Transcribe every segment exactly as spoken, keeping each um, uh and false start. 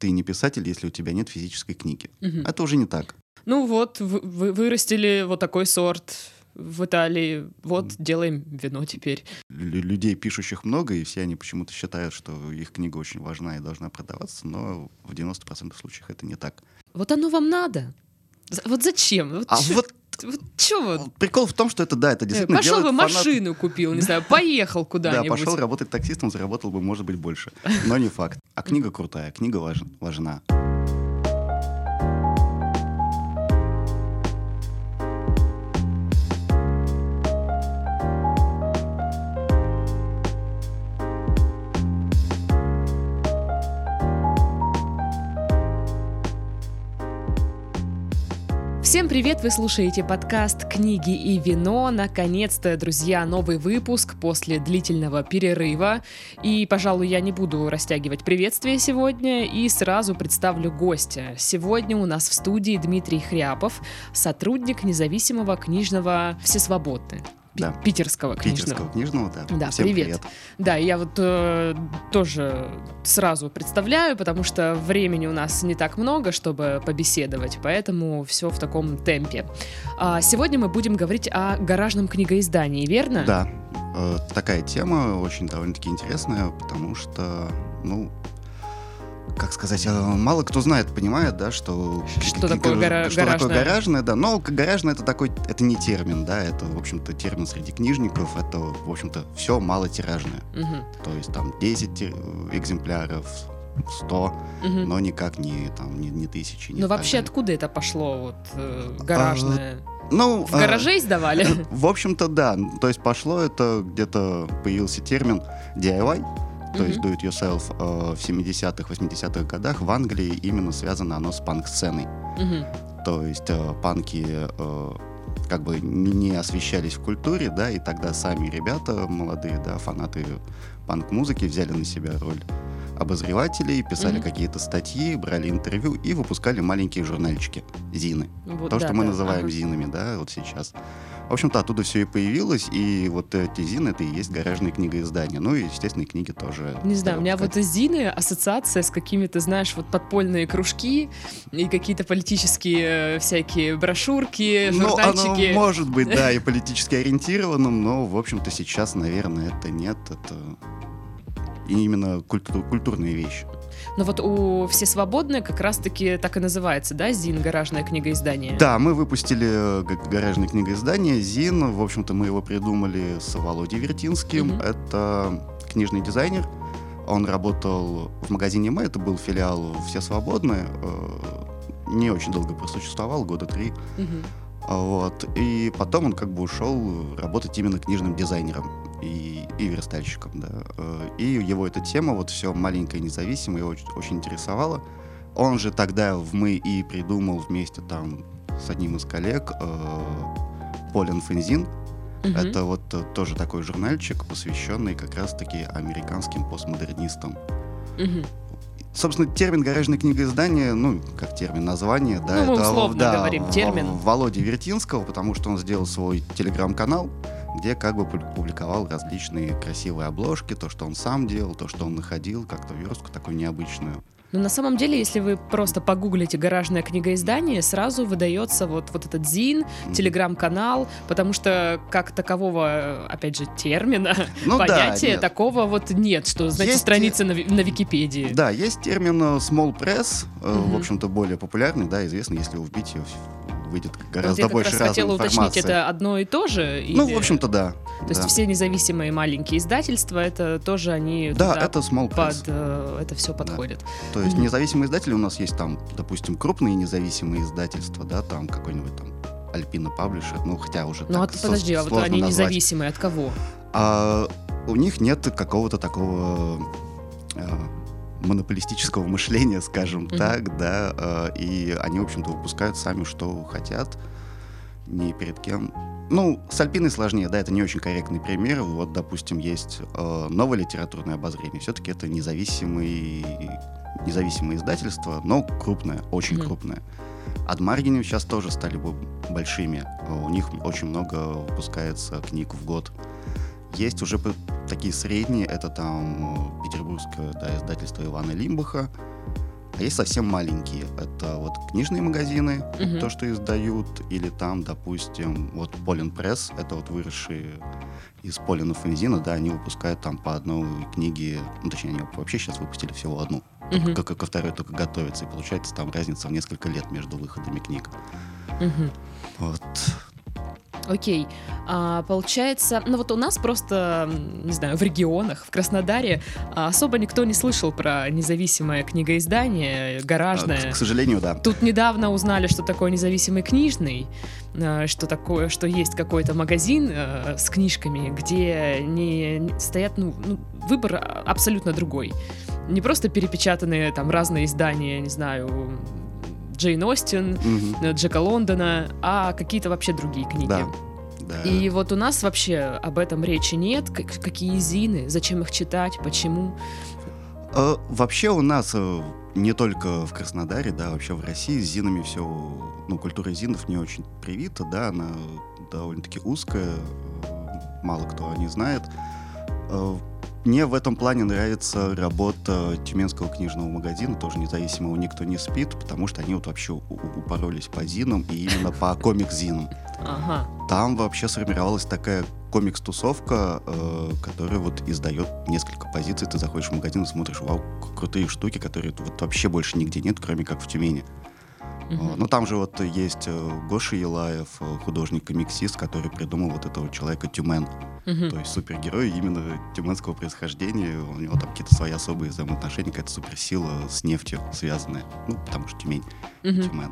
ты не писатель, если у тебя нет физической книги. Угу. Это уже не так. Ну вот, вы вырастили вот такой сорт в Италии, вот делаем вино теперь. Лю- людей, пишущих много, и все они почему-то считают, что их книга очень важна и должна продаваться, но в девяноста процентах случаев это не так. Вот оно вам надо? Вот зачем? Вот А чё, вот вот чё вот? прикол в том, что это, да, это действительно Пошел бы делает фанат- машину купил, не знаю, поехал Да, куда-нибудь. пошел работать таксистом, заработал бы, может быть, больше. Но не факт. А книга крутая, книга важ- важна. Всем привет! Вы слушаете подкаст «Книги и вино». Наконец-то, друзья, новый выпуск после длительного перерыва. И, пожалуй, я не буду растягивать приветствие сегодня и сразу представлю гостя. Сегодня у нас в студии Дмитрий Хряпов, сотрудник независимого книжного «Всесвободны». Да. Питерского книжного. Питерского книжного, да. Да, Всем привет. привет. Да, я вот э, тоже сразу представляю, потому что времени у нас не так много, чтобы побеседовать, поэтому все в таком темпе. А сегодня мы будем говорить о гаражном книгоиздании, верно? Да, э, такая тема очень довольно-таки интересная, потому что, ну, как сказать, э, мало кто знает, понимает, да, что... Что такое гара- что гаражное? такое гаражное, да. Но гаражное — это такой, это не термин, да, это, в общем-то, термин среди книжников, это, в общем-то, все малотиражное. Мгм. То есть там десять те- экземпляров, сто, Мгм. но никак не, там, не, не тысячи. Не Ну так вообще далее. откуда это пошло, вот, э, гаражное? Ну, В э, гараже издавали? В общем-то, да. То есть пошло это, где-то появился термин ди ай вай, то есть Мгм. do it yourself, э, в семидесятых, восьмидесятых годах в Англии именно связано оно с панк-сценой. Мгм. То есть э, панки э, как бы не не освещались в культуре, да, и тогда сами ребята молодые, да, фанаты панк-музыки взяли на себя роль обозревателей, писали Мгм. какие-то статьи, брали интервью и выпускали маленькие журнальчики, зины. Вот, То, да, что мы да. называем Ага. зинами, да, вот сейчас. В общем-то, оттуда все и появилось, и вот эти зины — это и есть гаражные книгоиздания. Ну и, естественно, и книги тоже. Не знаю, стали у меня вот выпускать. из Зины ассоциация с какими-то, знаешь, вот подпольные кружки и какие-то политические э, всякие брошюрки, Ну, журнальчики. оно может быть, да, и политически ориентированным, но, в общем-то, сейчас, наверное, это нет, это именно культу- культурные вещи. Но вот у «Всесвободны» как раз-таки так и называется, да, ЗИН, гаражное книгоиздание? Да, мы выпустили э, га- гаражное книгоиздание «Зин». В общем-то, мы его придумали с Володей Вертинским. Мгм. Это книжный дизайнер. Он работал в магазине «Мы», это был филиал «Все свободны». э, Не очень долго просуществовал, года три. Мгм. А Вот. И потом он как бы ушел работать именно книжным дизайнером и, и верстальщиком, да. Э, И его эта тема, вот все маленькое, независимое, его очень, очень интересовала. Он же тогда в «Мы» и придумал вместе там с одним из коллег э, Полен Фензин. Мгм. Это вот э, тоже такой журнальчик, посвященный как раз-таки американским постмодернистам. Мгм. Собственно, термин «гаражное книгоиздание», ну, как термин, название, да, Ну, мы это условно да, говорим В- термин. Володи Вертинского, потому что он сделал свой телеграм-канал, где как бы пу- публиковал различные красивые обложки, то, что он сам делал, то, что он находил, как-то верстку такую необычную. Но на самом деле, если вы просто погуглите «гаражное книгоиздание», сразу выдается вот, вот этот ЗИН, Мгм. телеграм-канал, потому что как такового, опять же, термина, Ну да, понятия нет. такого вот нет, что, знаете, Есть страница на, Ви- на Википедии. Да, есть термин э, small press, э, Мгм. в общем-то, более популярный, да, известный, если его вбить, в- выйдет Вот гораздо я как больше раз разной хотела уточнить, информации. это одно и то же? Ну, или- в общем-то, да. То есть да. все независимые маленькие издательства, это тоже они Да, туда это small под press. э, это все подходит. То есть Мгм. независимые издатели у нас есть там, допустим, крупные независимые издательства, да, там какой-нибудь там Альпина Паблишер, ну хотя уже Ну, а так ты со- подожди, а вот сложно они назвать. независимые от кого? А у них нет какого-то такого э, монополистического мышления, скажем Мгм. так, да, э, и они, в общем-то, выпускают сами, что хотят, ни перед кем. Ну, с Альпиной сложнее, да, это не очень корректный пример. Вот, допустим, есть э, новое литературное обозрение. Все-таки это независимый, независимое издательство, но крупное, очень Мгм. крупное. Адмаргины сейчас тоже стали бы большими. Э, У них очень много выпускается книг в год. Есть уже п- такие средние, это там э, петербургское, да, издательство Ивана Лимбаха. А есть совсем маленькие. Это вот книжные магазины, Мгм. то, что издают, или там, допустим, вот Pollen Press, это вот выросшие из Полина Фанзина, да, они выпускают там по одной книге, ну, точнее, они вообще сейчас выпустили всего одну, Мгм. только ко второй только готовится, и получается там разница в несколько лет между выходами книг. Мгм. Вот. Окей. А, получается, ну вот у нас просто, м, не знаю, в регионах, в Краснодаре а, особо никто не слышал про независимое книгоиздание, А, гаражное. К, к сожалению, да. Тут недавно узнали, что такое независимый книжный, э, что такое, что есть какой-то магазин э, с книжками, где не, не стоят, ну, ну, выбор а- абсолютно другой. Не просто перепечатанные там разные издания, не знаю, Джейн Остин, Мгм. э, Джека Лондона, а какие-то вообще другие книги. Да. Да. И вот у нас вообще об этом речи нет. Как- какие зины, зачем их читать, почему. Э, Вообще у нас э, не только в Краснодаре, да, вообще в России с зинами все, ну, культура зинов не очень привита, да, она довольно-таки узкая, э, мало кто о ней знает. Э, Мне в этом плане нравится работа Тюменского книжного магазина, тоже независимого «Никто не спит», потому что они вот вообще у- у- упоролись по зинам и именно по комикс-зинам. Ага. Там вообще сформировалась такая комикс-тусовка, э, которая вот издает несколько позиций. Ты заходишь в магазин и смотришь, вау, к- крутые штуки, которые вот вообще больше нигде нет, кроме как в Тюмени. Мгм. Э, Ну, там же вот есть э, Гоша Елаев, э, художник-комиксист, который придумал вот этого человека Тюмен. Мгм. То есть супергерой именно тюменского происхождения. У него там какие-то свои особые взаимоотношения, какая-то суперсила с нефтью связанная. Ну, потому что Тюмень, Мгм. Тюмен.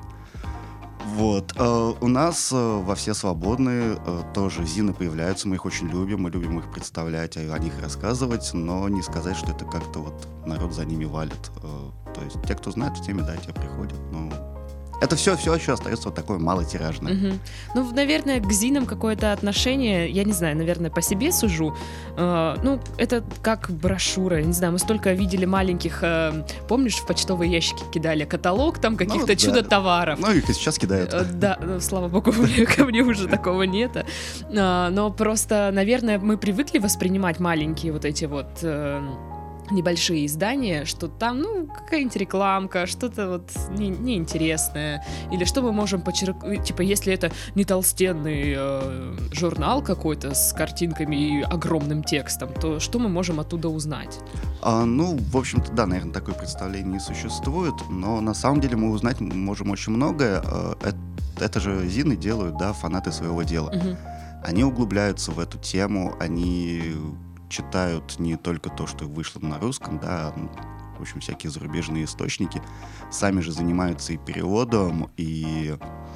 Вот. э, У нас э, во все свободные э, тоже зины появляются, мы их очень любим, мы любим их представлять, о о них рассказывать, но не сказать, что это как-то вот народ за ними валит. Э, То есть те, кто знает в теме, да, те приходят, но это все, все еще остается вот такое малотиражное. Мгм. Ну, наверное, к зинам какое-то отношение, я не знаю, наверное, по себе сужу. Э, ну, это как брошюра, я не знаю, мы столько видели маленьких, э, помнишь, в почтовые ящики кидали каталог там каких-то да. чудо-товаров. Ну, их и сейчас кидают. Э, Да, ну, слава богу, у меня- ко мне уже такого нет. А, Но просто, наверное, мы привыкли воспринимать маленькие вот эти вот э, небольшие издания, что там, ну, какая-нибудь рекламка, что-то вот не- неинтересное. Или что мы можем почерпнуть, типа, если это не толстенный э, журнал какой-то с картинками и огромным текстом, то что мы можем оттуда узнать? А, ну, в общем-то, да, наверное, такое представление не существует, но на самом деле мы узнать можем очень многое. Э, Это, это же зины делают, да, фанаты своего дела. Мгм. Они углубляются в эту тему, они читают не только то, что вышло на русском, да, ну, в общем, всякие зарубежные источники, сами же занимаются и переводом, и,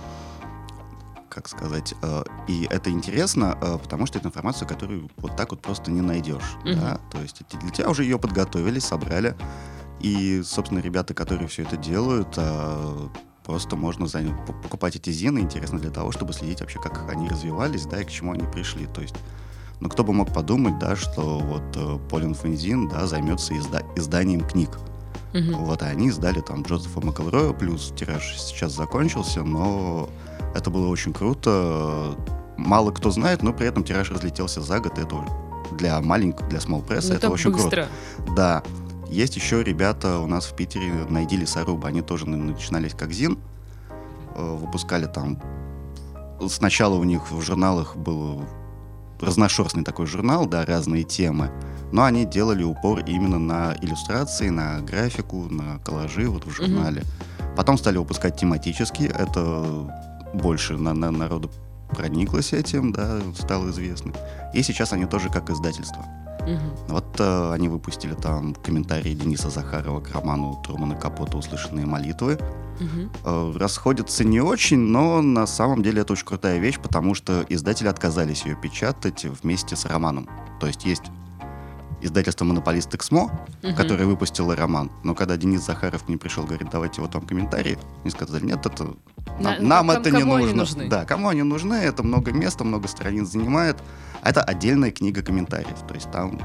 как сказать, э, и это интересно, э, потому что это информация, которую вот так вот просто не найдешь, Мгм. да, то есть эти- для тебя уже ее подготовили, собрали, и, собственно, ребята, которые все это делают, э, просто можно за- п- покупать эти зины, интересно для того, чтобы следить вообще, как они развивались, да, и к чему они пришли. То есть, ну, кто бы мог подумать, да, что вот э, Полин Фанзин, да, займется изда- изданием книг. Мгм. Вот, а они издали там Джозефа Маклроя, плюс тираж сейчас закончился, но это было очень круто. Мало кто знает, но при этом тираж разлетелся за год, и это для маленького, для small press, Ну, это, очень круто. быстро. Да. Есть еще ребята у нас в Питере, Найди Лесоруба, они тоже на- начинались как зин, э, выпускали там... Сначала у них в журналах был разношерстный такой журнал, да, разные темы, но они делали упор именно на иллюстрации, на графику, на коллажи вот в журнале. Потом стали выпускать тематически, это больше на, на народу прониклось этим, да, стало известно. И сейчас они тоже как издательство. Мгм. Вот э, они выпустили там комментарии Дениса Захарова к роману Трумана Капота «Услышанные молитвы». Мгм. Э, расходятся не очень, но на самом деле это очень крутая вещь, потому что издатели отказались ее печатать вместе с романом. То есть есть издательство «Монополист Эксмо», Мгм. которое выпустило роман, но когда Денис Захаров к ним пришел, говорит, давайте вот вам комментарии, они сказали, нет, это На- нам, нам ком- это не кому они нужно. нужны? Да, кому они нужны, это много места, много страниц занимает. А это отдельная книга комментариев. То есть там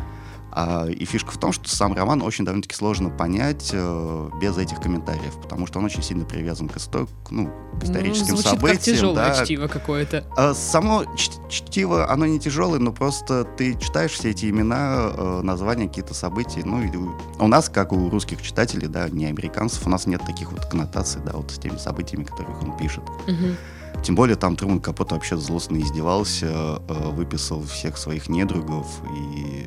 А, и фишка в том, что сам роман очень довольно-таки сложно понять э, без этих комментариев, потому что он очень сильно привязан к, исток, ну, к историческим ну, звучит событиям. Как тяжелое да. чтиво какое-то. А, само ч- чтиво, оно не тяжелое, но просто ты читаешь все эти имена, э, названия, какие-то события. Ну, и у нас, как у русских читателей, да, не американцев, у нас нет таких вот коннотаций, да, вот с теми событиями, которых он пишет. Угу. Тем более там Труман Капоте вообще злостно издевался, э, выписал всех своих недругов, и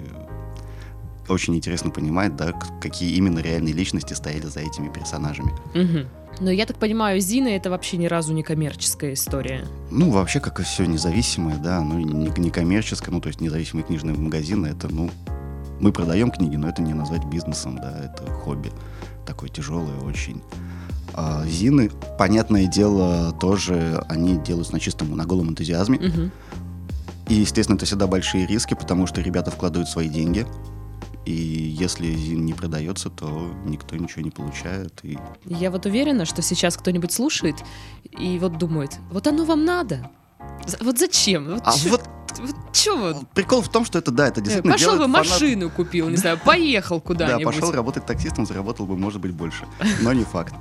очень интересно понимать, да, какие именно реальные личности стояли за этими персонажами. Угу. Но я так понимаю, Зина — это вообще ни разу не коммерческая история. Ну, вообще, как и все независимое, да, ну, не, не коммерческое, ну, то есть независимые книжные магазины, это, ну, мы продаем книги, но это не назвать бизнесом, да, это хобби такое тяжелое очень. А Зины, понятное дело, тоже они делаются на чистом, на голом энтузиазме. Угу. И, естественно, это всегда большие риски, потому что ребята вкладывают свои деньги. И если Зин не продается, то никто ничего не получает. И... Я вот уверена, что сейчас кто-нибудь слушает и вот думает, вот оно вам надо? Вот зачем? Вот а чё, вот, вот чё вот? прикол в том, что это, да, это действительно Пошел бы делает фанат... машину купил, не знаю, поехал Да, куда-нибудь. пошел работать таксистом, заработал бы, может быть, больше. Но не факт.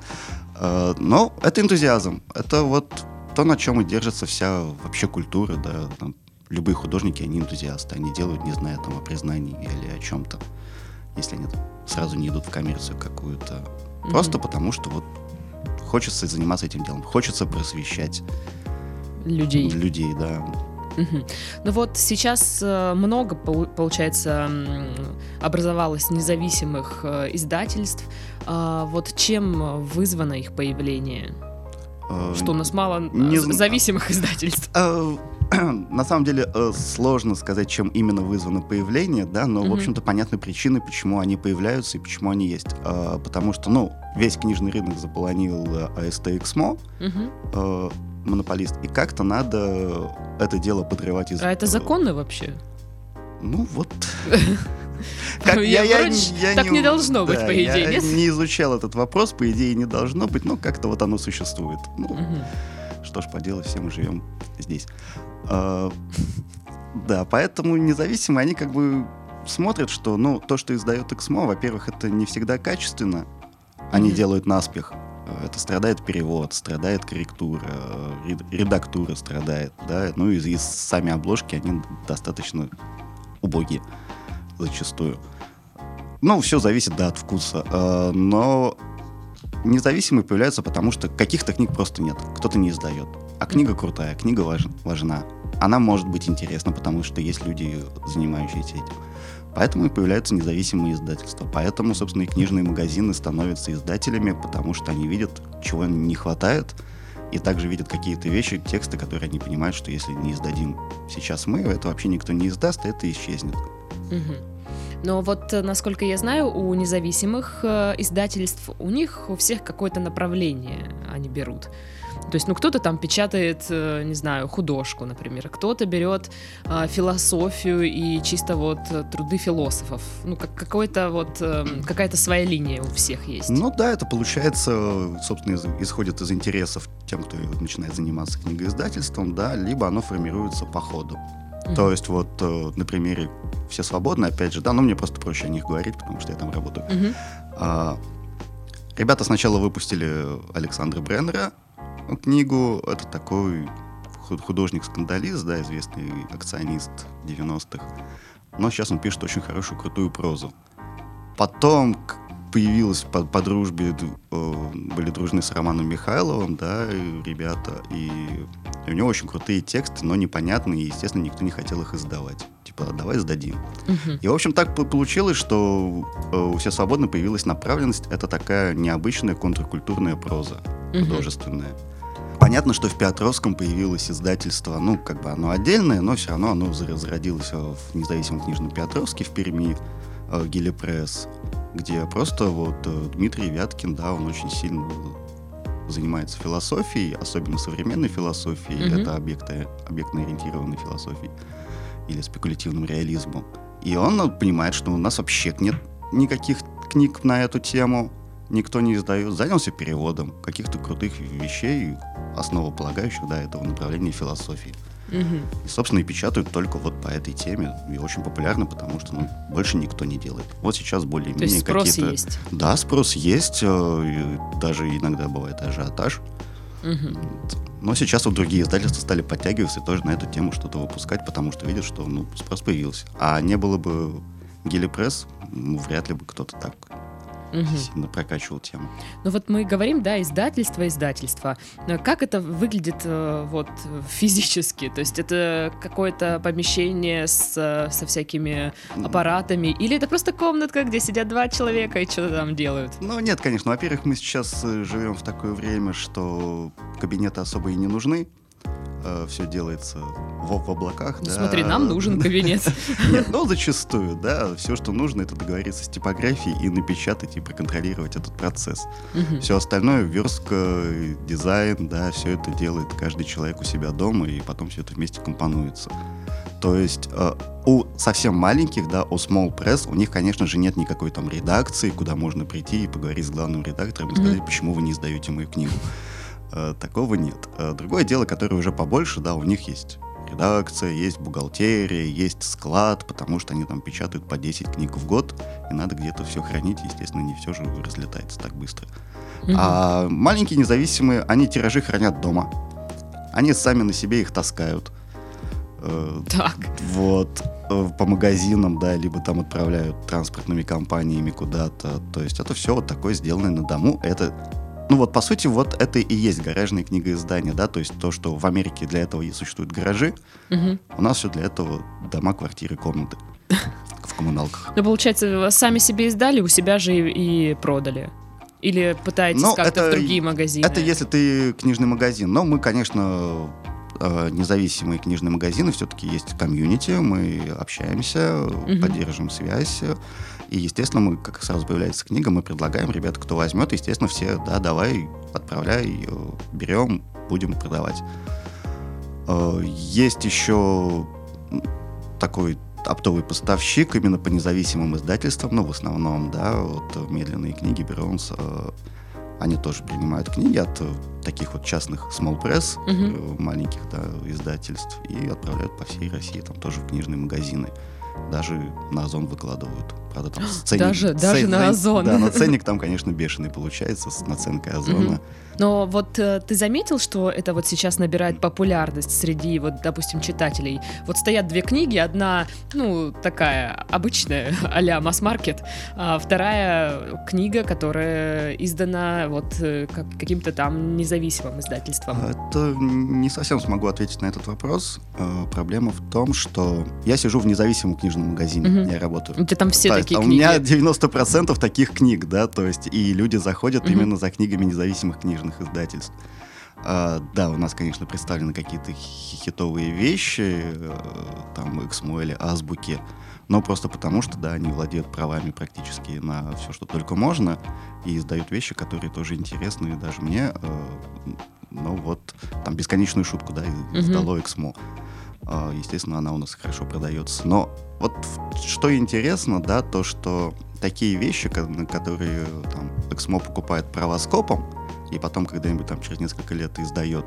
Но это энтузиазм. Это вот то, на чем и держится вся вообще культура, да, там, любые художники, они энтузиасты, они делают, не знаю, там, о признании или о чем-то, если они сразу не идут в коммерцию какую-то. Mm-hmm. Просто потому, что вот хочется заниматься этим делом, хочется просвещать людей. Людей, да. Угу. Ну вот сейчас э, много, получается, образовалось независимых э, издательств. Э, вот чем вызвано их появление? Э, что у нас мало не... зависимых издательств? Э, на самом деле сложно сказать, чем именно вызвано появление, да, но, mm-hmm. в общем-то, понятны причины, почему они появляются и почему они есть. А, потому что, ну, весь книжный рынок заполонил АСТ Эксмо, mm-hmm. монополист, и как-то надо это дело подрывать из... А это законно вообще? Ну, вот... Так не должно быть, по идее, нет? Я не изучал этот вопрос, по идее, не должно быть, но как-то вот оно существует. Ну, что ж поделать, все мы живем здесь. А, да, поэтому независимые, они как бы смотрят, что, ну, то, что издает Эксмо, во-первых, это не всегда качественно, они mm-hmm. делают наспех. Это страдает перевод, страдает корректура, редактура страдает, да, ну и, и сами обложки, они достаточно убогие зачастую. Ну, все зависит, да, от вкуса, а, но независимые появляются, потому что каких-то книг просто нет, кто-то не издает. А книга крутая, книга важ, важна. Она может быть интересна, потому что есть люди, занимающиеся этим. Поэтому и появляются независимые издательства. Поэтому, собственно, и книжные магазины становятся издателями, потому что они видят, чего им не хватает, и также видят какие-то вещи, тексты, которые они понимают, что если не издадим сейчас мы, это вообще никто не издаст, и это исчезнет. Угу. Но вот, насколько я знаю, у независимых э, издательств, у них у всех какое-то направление они берут. То есть, ну, кто-то там печатает, э, не знаю, художку, например, кто-то берет э, философию и чисто вот труды философов. Ну, как какой-то вот, э, какая-то своя линия у всех есть. Ну да, это получается, собственно, из, исходит из интересов тем, кто начинает заниматься книгоиздательством, да, либо оно формируется по ходу. Mm-hmm. То есть вот э, на примере «Все свободны», опять же, да, но мне просто проще о них говорить, потому что я там работаю. Mm-hmm. А, ребята сначала выпустили Александра Бреннера книгу. Это такой художник-скандалист, да, известный акционист девяностых. Но сейчас он пишет очень хорошую, крутую прозу. Потом появилась по, по дружбе, э, были дружны с Романом Михайловым, да, и ребята, и, и у него очень крутые тексты, но непонятные, и, естественно, никто не хотел их издавать. Типа, давай сдадим. Uh-huh. И, в общем, так получилось, что э, у «Все свободны» появилась направленность, это такая необычная контркультурная проза, uh-huh. художественная. Понятно, что в Петровском появилось издательство, ну, как бы оно отдельное, но все равно оно зародилось в независимом книжном Петровске в Перми, э, Гилепресс, где просто вот э, Дмитрий Вяткин, да, он очень сильно занимается философией, особенно современной философией, mm-hmm. это объекты, объектно-ориентированной философией или спекулятивным реализмом. И он понимает, что у нас вообще нет никаких книг на эту тему, никто не издает, занялся переводом каких-то крутых вещей, основополагающих, да, этого направления философии. Угу. И, собственно, и печатают только вот по этой теме. И очень популярно, потому что ну, больше никто не делает. Вот сейчас более-менее То есть спрос какие-то... есть? Да, спрос есть. э, и даже иногда бывает ажиотаж. Угу. Но сейчас вот другие издательства стали подтягиваться и тоже на эту тему что-то выпускать, потому что видят, что ну, спрос появился. А не было бы Гелипресс, ну, вряд ли бы кто-то так Угу. сильно прокачивал тему. Ну вот мы говорим, да, издательство, издательство. Но как это выглядит э, вот физически? То есть это какое-то помещение с, э, со всякими аппаратами? Или это просто комнатка, где сидят два человека и что-то там делают? Ну, нет, конечно. Во-первых, мы сейчас э, живем в такое время, что кабинеты особо и не нужны. Э, все делается в, в облаках. Ну, да. смотри, нам нужен кабинет. Нет, ну, зачастую, да. Все, что нужно, это договориться с типографией и напечатать, и проконтролировать этот процесс. Мгм. Все остальное, верстка, дизайн, да, все это делает каждый человек у себя дома, и потом все это вместе компонуется. То есть э, у совсем маленьких, да, у Small Press, у них, конечно же, нет никакой там редакции, куда можно прийти и поговорить с главным редактором и сказать, Мгм. почему вы не издаете мою книгу. Э, Такого нет. Э, Другое дело, которое уже побольше, да, у них есть редакция, есть бухгалтерия, есть склад, потому что они там печатают по десять книг в год, и надо где-то все хранить, естественно, не все же разлетается так быстро. Мгм. А маленькие независимые, они тиражи хранят дома. Они сами на себе их таскают. Э, Так. Вот. э, По магазинам, да, либо там отправляют транспортными компаниями куда-то. То есть это все вот такое сделанное на дому. Это, ну вот, по сути, вот это и есть гаражное книгоиздание, да, то есть то, что в Америке для этого и существуют гаражи, Мгм. у нас все для этого дома, квартиры, комнаты в коммуналках. Ну, получается, вы сами себе издали, у себя же и, и продали? Или пытаетесь Ну, как-то это- в другие магазины? Это если ты книжный магазин. Но мы, конечно, э, независимые книжные магазины, все-таки есть комьюнити, мы общаемся, Мгм. поддерживаем связь. И, естественно, мы, как сразу появляется книга, мы предлагаем, ребята, кто возьмет, естественно, все, да, давай, отправляй, э, берем, будем продавать. Э, Есть еще такой оптовый поставщик именно по независимым издательствам, ну, в основном, да, вот э, медленные книги, Беронс, э, они тоже принимают книги от э, таких вот частных small press, Мгм. э, маленьких, да, издательств, и отправляют по всей России, там тоже в книжные магазины. Даже на Озон выкладывают. Правда, там ценник... Даже- даже на цен- Озон. Да, но ценник там, конечно, бешеный получается с наценкой Озона. Мгм. Но вот э, ты заметил, что это вот сейчас набирает популярность среди, вот, допустим, читателей? Вот стоят две книги, одна, ну, такая обычная, а-ля масс-маркет, а вторая книга, которая издана вот э, как, каким-то там независимым издательством. Это не совсем смогу ответить на этот вопрос. Э, Проблема в том, что я сижу в независимом книжном магазине, Мгм. я работаю. У тебя там все То есть, такие а у книги. меня девяносто процентов таких книг, да, то есть и люди заходят Мгм. именно за книгами независимых книжных издательств. А, да, у нас, конечно, представлены какие-то хи- хитовые вещи, э, там, Эксмо или Азбуки, но просто потому, что, да, они владеют правами практически на все, что только можно, и издают вещи, которые тоже интересны даже мне. э, Ну вот, там, «Бесконечную шутку», да, Мгм. издало Эксмо. А, Естественно, она у нас хорошо продается. Но вот в- что интересно, да, то, что такие вещи, ко- на которые там Эксмо покупает права скопом, и потом когда-нибудь там через несколько лет издает,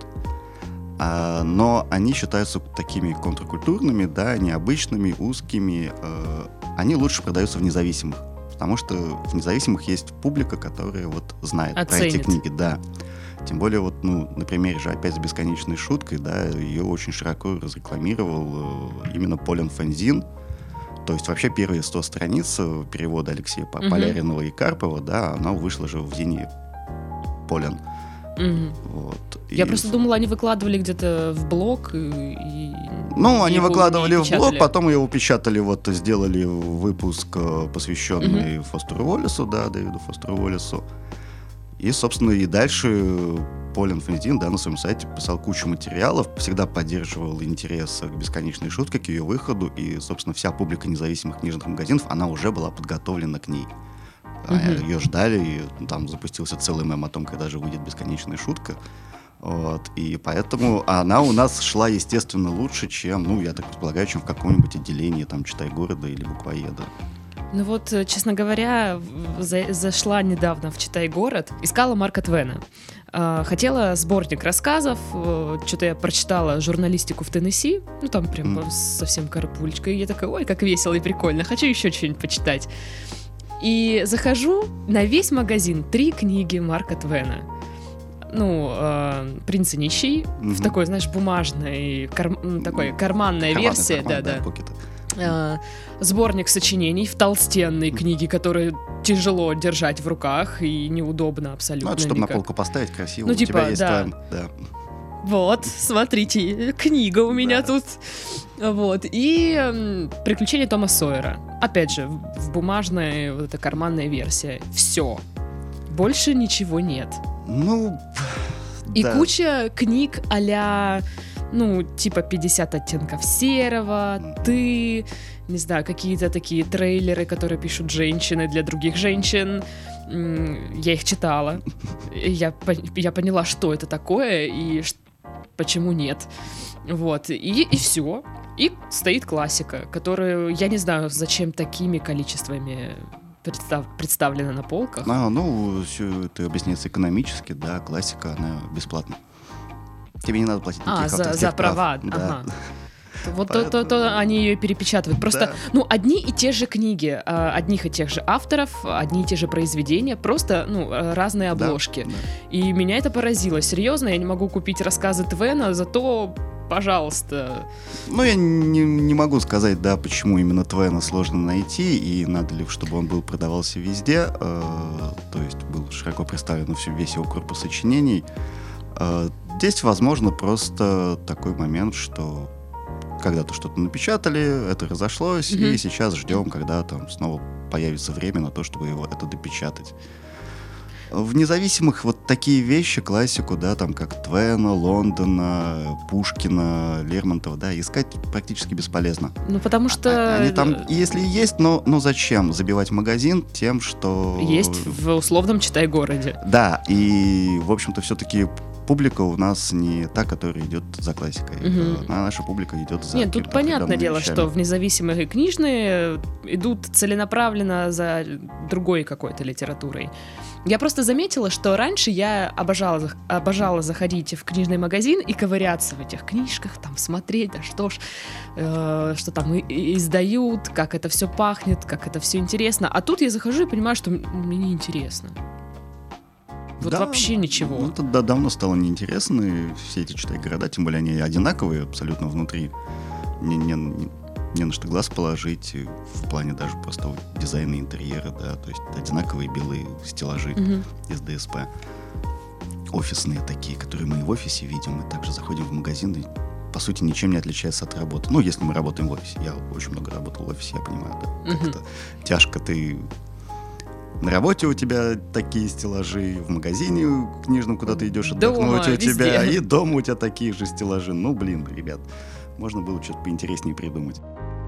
а, но они считаются такими контркультурными, да, необычными, узкими. э, Они лучше продаются в независимых, потому что в независимых есть публика, которая вот знает про эти Оценит. книги, да. Тем более, вот, ну, на примере же опять с «Бесконечной шуткой», да, ее очень широко разрекламировал э, именно Полин Фанзин. То есть вообще первые сто страниц э, перевода Алексея По- Мгм. Поляринова и Карпова, да, она вышла же в Зине Полин. Мгм. Вот. Я И, просто думала, они выкладывали где-то в блог и... и Ну, они его выкладывали не в блог, печатали. потом его печатали, вот сделали выпуск, э, посвященный Фостеру Уоллесу, да, Дэвиду Фостеру Уоллесу. И, собственно, и дальше Полин Фанзин, да, на своем сайте писал кучу материалов, всегда поддерживал интерес к «Бесконечной шутке», к ее выходу, и, собственно, вся публика независимых книжных магазинов, она уже была подготовлена к ней. А, Мгм. Ее ждали, и там запустился целый мем о том, когда же выйдет «Бесконечная шутка». Вот, и поэтому она у нас шла, естественно, лучше, чем, ну, я так предполагаю, чем в каком-нибудь отделении, там, «Читай города» или «Буквоеда». Ну вот, честно говоря, за- зашла недавно в «Читай город», искала Марка Твена. А, Хотела сборник рассказов, э, что-то я прочитала журналистику в Теннесси, ну там прям Мгм. совсем карапульчика, и я такая, ой, как весело и прикольно, хочу еще что-нибудь почитать. И захожу на весь магазин, три книги Марка Твена. Ну, э, «Принц и нищий», в Мгм. такой, знаешь, бумажной, кар- м, такой карманная Карманный версия, формат, да-да. покет. Э, Сборник сочинений в толстенной книге, которые тяжело держать в руках и неудобно абсолютно. Ну, это чтобы на никак. полку поставить красиво. Ну, У типа, тебя есть да. твоя- да. Вот, смотрите, книга у меня Да. тут. Вот. И м, «Приключения Тома Сойера». Опять же, в в бумажной, вот эта карманная версия. Все. Больше ничего нет. Ну, И да. куча книг а-ля, ну, типа «пятьдесят оттенков серого», «Ты», не знаю, какие-то такие трейлеры, которые пишут женщины для других женщин. М, Я их читала. И Я, по- я поняла, что это такое и ш- почему нет. Вот. И, и все. И стоит классика, которую, я не знаю, зачем такими количествами представ- представлена на полках. А, ну, все это объясняется экономически, да, классика, она бесплатна. Тебе не надо платить А, никаких за, авторских за прав. права, Да. ага. Вот то, то, то Поэтому- они ее перепечатывают. Просто, Да. ну, одни и те же книги, а, одних и тех же авторов, одни и те же произведения, просто, ну, а, разные Да, обложки. да. И меня это поразило. Серьезно, я не могу купить рассказы Твена, зато, пожалуйста. Ну, я не, не могу сказать, да, почему именно Твена сложно найти, и надо ли, чтобы он был продавался везде, э, то есть был широко представлен всю- весь его корпус сочинений. Э, здесь, возможно, просто такой момент, что когда-то что-то напечатали, это разошлось, Мгм. и сейчас ждем, когда там снова появится время на то, чтобы его это допечатать. В независимых вот такие вещи, классику, да, там как Твена, Лондона, Пушкина, Лермонтова, да, искать практически бесполезно. Ну, потому что А- Они там, э, если и есть, но, но зачем забивать магазин тем, что... есть в условном «Читай-городе». Да, и, в общем-то, все-таки публика у нас не та, которая идет за классикой. Мгм. А наша публика идет за Нет, тут какими-то понятное определенными дело, вещами. что в независимые и книжные идут целенаправленно за другой какой-то литературой. Я просто заметила, что раньше я обожала, зах- обожала заходить в книжный магазин и ковыряться в этих книжках, там смотреть, да что ж, э, что там и- и издают, как это все пахнет, как это все интересно. А тут я захожу и понимаю, что м- мне неинтересно. Вот Да, вообще ничего. Ну, это да, давно стало неинтересно, и все эти, читай, города, тем более они одинаковые абсолютно внутри. Не, не, не- не на что глаз положить, и в плане даже просто вот дизайна интерьера, да, то есть одинаковые белые стеллажи Мгм. из ДСП. Офисные такие, которые мы и в офисе видим, мы также заходим в магазин, и, по сути, ничем не отличается от работы. Ну, если мы работаем в офисе. Я очень много работал в офисе, я понимаю, да, как Мгм. это тяжко. Ты на работе у тебя такие стеллажи, в магазине книжном, куда ты идешь Дома, отдохнуть, у тебя, везде. и дома у тебя такие же стеллажи. Ну, блин, ребят, можно было что-то поинтереснее придумать.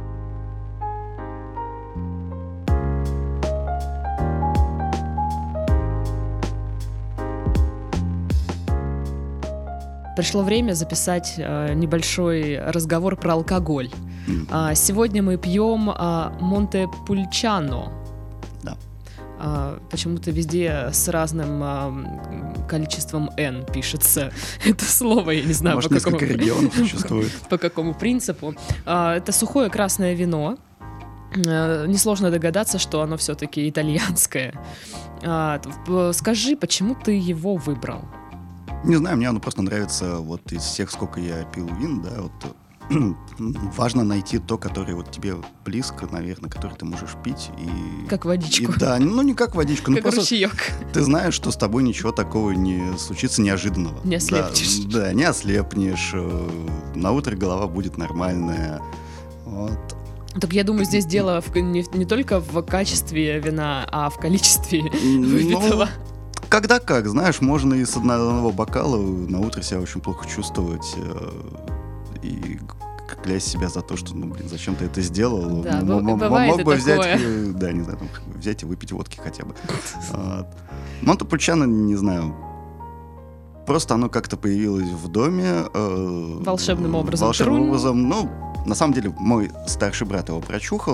Пришло время записать э, небольшой разговор про алкоголь. М, А, Сегодня мы пьем а, Монтепульчано. Да. А, Почему-то везде с разным а, м, количеством «н» пишется это слово, я не знаю, Может, по какому, несколько регионов существует. по какому принципу. А, Это сухое красное вино. Э, Несложно догадаться, что оно все-таки итальянское. А, т- п- Скажи, почему ты его выбрал? Не знаю, мне оно просто нравится вот из всех, сколько я пил вин, да, вот важно найти то, которое вот тебе близко, наверное, которое ты можешь пить и... Как и водичку, да, ну не как водичку, ну как просто ручеек. ты знаешь, что с тобой ничего такого не случится неожиданного. Не Да, ослепнешь. Да, не ослепнешь, э, на утро голова будет нормальная, вот. Так я думаю, здесь дело в- не, не только в качестве вина, а в количестве Ну, выпитого. когда как, знаешь, можно и с одного бокала на утро себя очень плохо чувствовать э, и к- клясть себя за то, что, ну, блин, зачем ты это сделал? Да, М- б- м- м- бывает мог и бы взять, такое. э, да, не знаю, там, как бы взять и выпить водки хотя бы. Вот. Монтепульчано, не знаю, просто оно как-то появилось в доме. э, Волшебным образом. Волшебным Трун. образом, ну, на самом деле, мой старший брат его прочухал,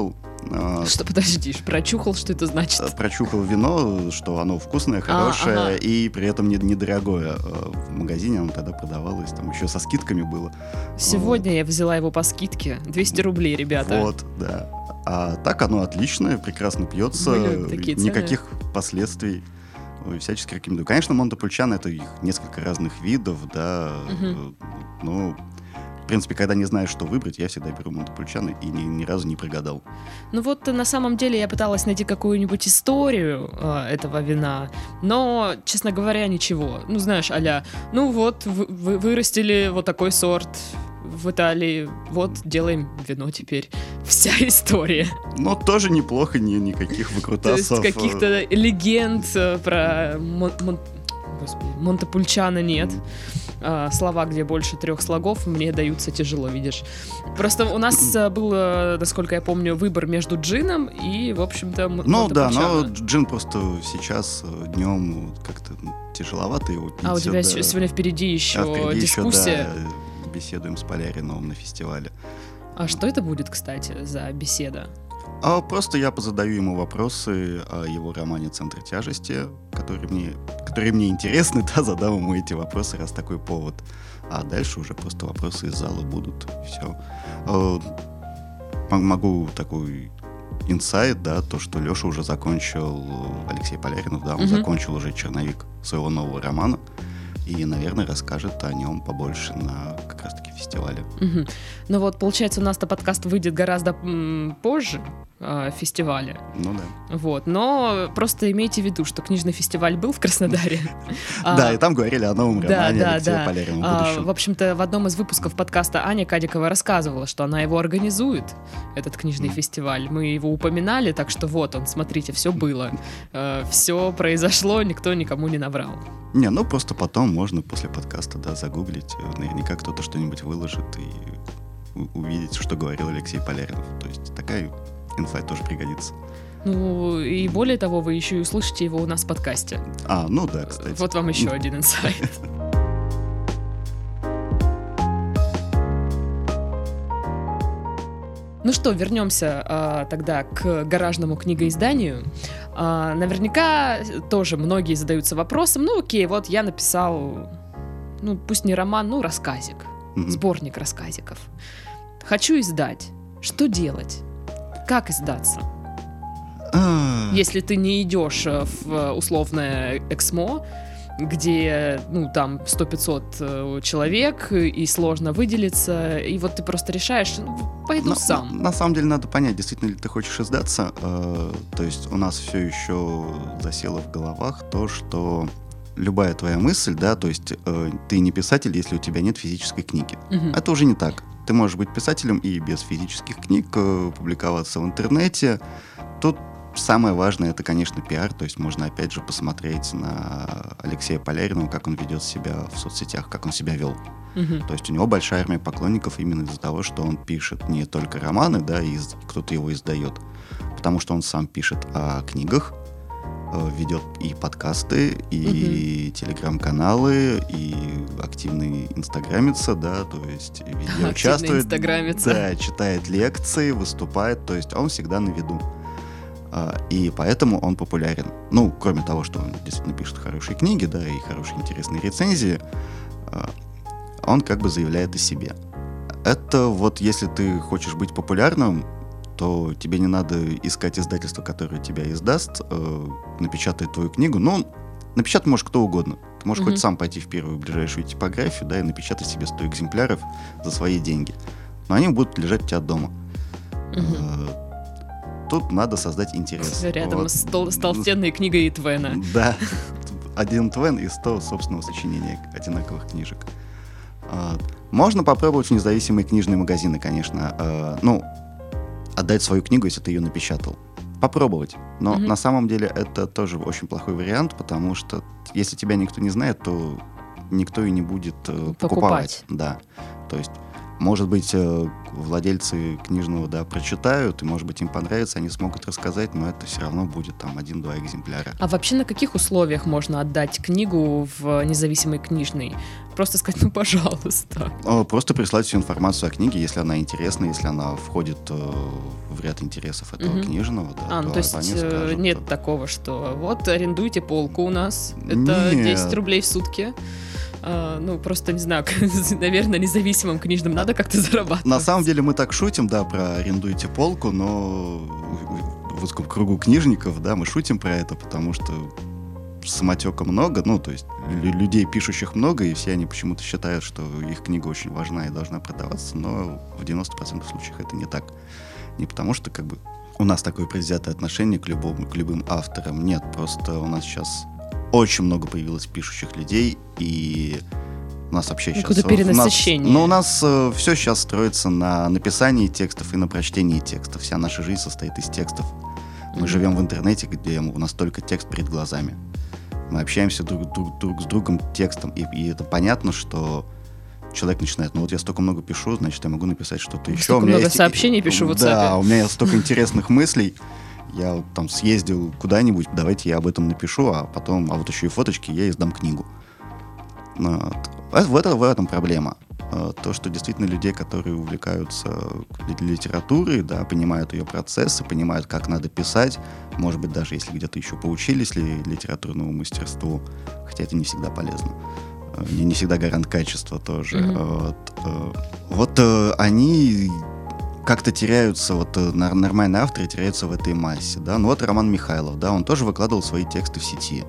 А, Что, подождишь, прочухал, что это значит? Прочухал вино, что оно вкусное, хорошее, А, ага. и при этом не- недорогое. А, В магазине оно тогда продавалось, там еще со скидками было. Сегодня я взяла его по скидке. двести рублей, ребята. Вот, да. А так оно отличное, прекрасно пьется, Были такие цены. никаких последствий. Ой, всячески рекомендую. Конечно, Монтепульчано — это их несколько разных видов, да, Мгм. э, но, в принципе, когда не знаешь, что выбрать, я всегда беру Монтепульчано и ни, ни разу не прогадал. Ну вот, э, на самом деле, я пыталась найти какую-нибудь историю э, этого вина, но, честно говоря, ничего. Ну, знаешь, а-ля, ну вот, вы, вы вырастили вот такой сорт в Италии, вот, делаем вино теперь. Вся история. Но тоже неплохо, ни, никаких То есть выкрутасов. каких-то легенд э, про Мон- Мон- Господи, Монтепульчано нет. А, слова, где больше трех слогов, мне даются тяжело, видишь. Просто у нас э, был, э, насколько я помню, выбор между джином и, в общем-то, м- Ну да, но Монтепульчано. джин просто сейчас днем как-то тяжеловато его пить. А у тебя да. с- сегодня впереди еще А впереди еще, дискуссия. да, беседуем с Поляриновым на фестивале. А что это будет, кстати, за беседа? А просто я позадаю ему вопросы о его романе «Центр тяжести», которые мне, которые мне интересны, да, задам ему эти вопросы, раз такой повод. А дальше уже просто вопросы из зала будут, и все. Могу такой инсайт, да, то, что Леша уже закончил, Алексей Поляринов, да, он Мгм. закончил уже черновик своего нового романа, и, наверное, расскажет о нем побольше на как раз-таки фестивале. Мгм. Ну вот, получается, у нас-то подкаст выйдет гораздо м, позже э, фестиваля. Ну да. Вот, но просто имейте в виду, что книжный фестиваль был в Краснодаре. А, Да, и там говорили о новом да, романе да, Алексея да. Поляринова в А, будущем. в общем-то, в одном из выпусков подкаста Аня Кадикова рассказывала, что она его организует, этот книжный Мгм. фестиваль. Мы его упоминали, так что вот он, смотрите, все было. Все произошло, никто никому не наврал. Не, ну просто потом можно после подкаста, да, загуглить. э, Наверняка кто-то что-нибудь выложит и у- увидеть, что говорил Алексей Поляринов. То есть такая инфа тоже пригодится. Ну, и более того, вы еще и услышите его у нас в подкасте. А, ну да, кстати. Вот вам еще один инсайт. Ну что, вернемся а, тогда к гаражному книгоизданию. А, наверняка тоже многие задаются вопросом, ну окей, вот я написал, ну пусть не роман, ну рассказик, Мгм. сборник рассказиков. Хочу издать. Что делать? Как издаться? А, Если ты не идешь э, в э, условное Эксмо, где, ну, там сто-пятьсот э, человек, и сложно выделиться, и вот ты просто решаешь, ну, пойду на, сам. на самом деле надо понять, действительно ли ты хочешь издаться. Э, то есть у нас все еще засело в головах то, что любая твоя мысль, да, то есть э, ты не писатель, если у тебя нет физической книги. Мгм. Это уже не так. Ты можешь быть писателем и без физических книг, э, публиковаться в интернете. Тут самое важное — это, конечно, пиар. То есть можно, опять же, посмотреть на Алексея Поляринова, как он ведет себя в соцсетях, как он себя вел. Мгм. То есть у него большая армия поклонников именно из-за того, что он пишет не только романы, да, и из- кто-то его издает, потому что он сам пишет о книгах, э, ведет и подкасты, и телеграм-каналы, и активный инстаграмится, да, то есть везде Активный участвует, инстаграмится. да, читает лекции, выступает, то есть он всегда на виду. А, И поэтому он популярен. Ну, кроме того, что он действительно пишет хорошие книги, да, и хорошие интересные рецензии, а, он как бы заявляет о себе. Это вот если ты хочешь быть популярным, то тебе не надо искать издательство, которое тебя издаст, э, напечатает твою книгу. Ну, напечатать может кто угодно. Ты можешь Мгм. хоть сам пойти в первую ближайшую типографию, да, и напечатать себе сто экземпляров за свои деньги. Но они будут лежать у тебя дома. Мгм. Э, Тут надо создать интерес. Рядом Вот. с, тол- с толстенной книгой Твена. Да. Один Твен и сто собственного сочинения одинаковых книжек. А, Можно попробовать в независимые книжные магазины, конечно. А, Ну, отдать свою книгу, если ты ее напечатал. Попробовать. Но Мгм. на самом деле это тоже очень плохой вариант, потому что если тебя никто не знает, то никто и не будет э, покупать. Покупать. Да. То есть Может быть, э, владельцы книжного, да, прочитают, и, может быть, им понравится, они смогут рассказать, но это все равно будет там один-два экземпляра. А вообще на каких условиях можно отдать книгу в независимый книжный? Просто сказать, ну, пожалуйста. Просто прислать всю информацию о книге, если она интересна, если она входит э, в ряд интересов этого Мгм. книжного. Да, А, ну то есть они э, скажут, нет э, такого, что вот арендуйте полку у нас, это Нет. десять рублей в сутки. А, ну, просто, не знаю, наверное, независимым книжным надо как-то зарабатывать. На самом деле мы так шутим, да, про арендуйте полку, но в узком кругу книжников, да, мы шутим про это, потому что самотека много, ну, то есть лю- людей, пишущих много, и все они почему-то считают, что их книга очень важна и должна продаваться, но в девяноста процентах случаев это не так. Не потому что, как бы, у нас такое предвзятое отношение к любому, к любым авторам. Нет, просто у нас сейчас очень много появилось пишущих людей, и у нас вообще Ну, сейчас... какое-то перенасыщение. Но у нас э, все сейчас строится на написании текстов и на прочтении текстов. Вся наша жизнь состоит из текстов. Мы Мгм. живем в интернете, где у нас только текст перед глазами. Мы общаемся друг, друг- друг с другом текстом, и, и это понятно, что человек начинает, ну вот я столько много пишу, значит, я могу написать что-то еще. Столько У меня много есть- сообщений пишу в Да, WhatsApp. у меня столько интересных мыслей. Я вот там съездил куда-нибудь, давайте я об этом напишу, а потом, а вот еще и фоточки, я издам книгу. Вот. А В, это, в этом проблема. А, То, что действительно людей, которые увлекаются ли- литературой, да, понимают ее процессы, понимают, как надо писать, может быть, даже если где-то еще поучились ли литературному мастерству, хотя это не всегда полезно. А, Не, не всегда гарант качества тоже. Мгм. Вот, э, вот э, они как-то теряются, вот э, нар- нормальные авторы теряются в этой массе, да. Ну вот Роман Михайлов, да, он тоже выкладывал свои тексты в сети,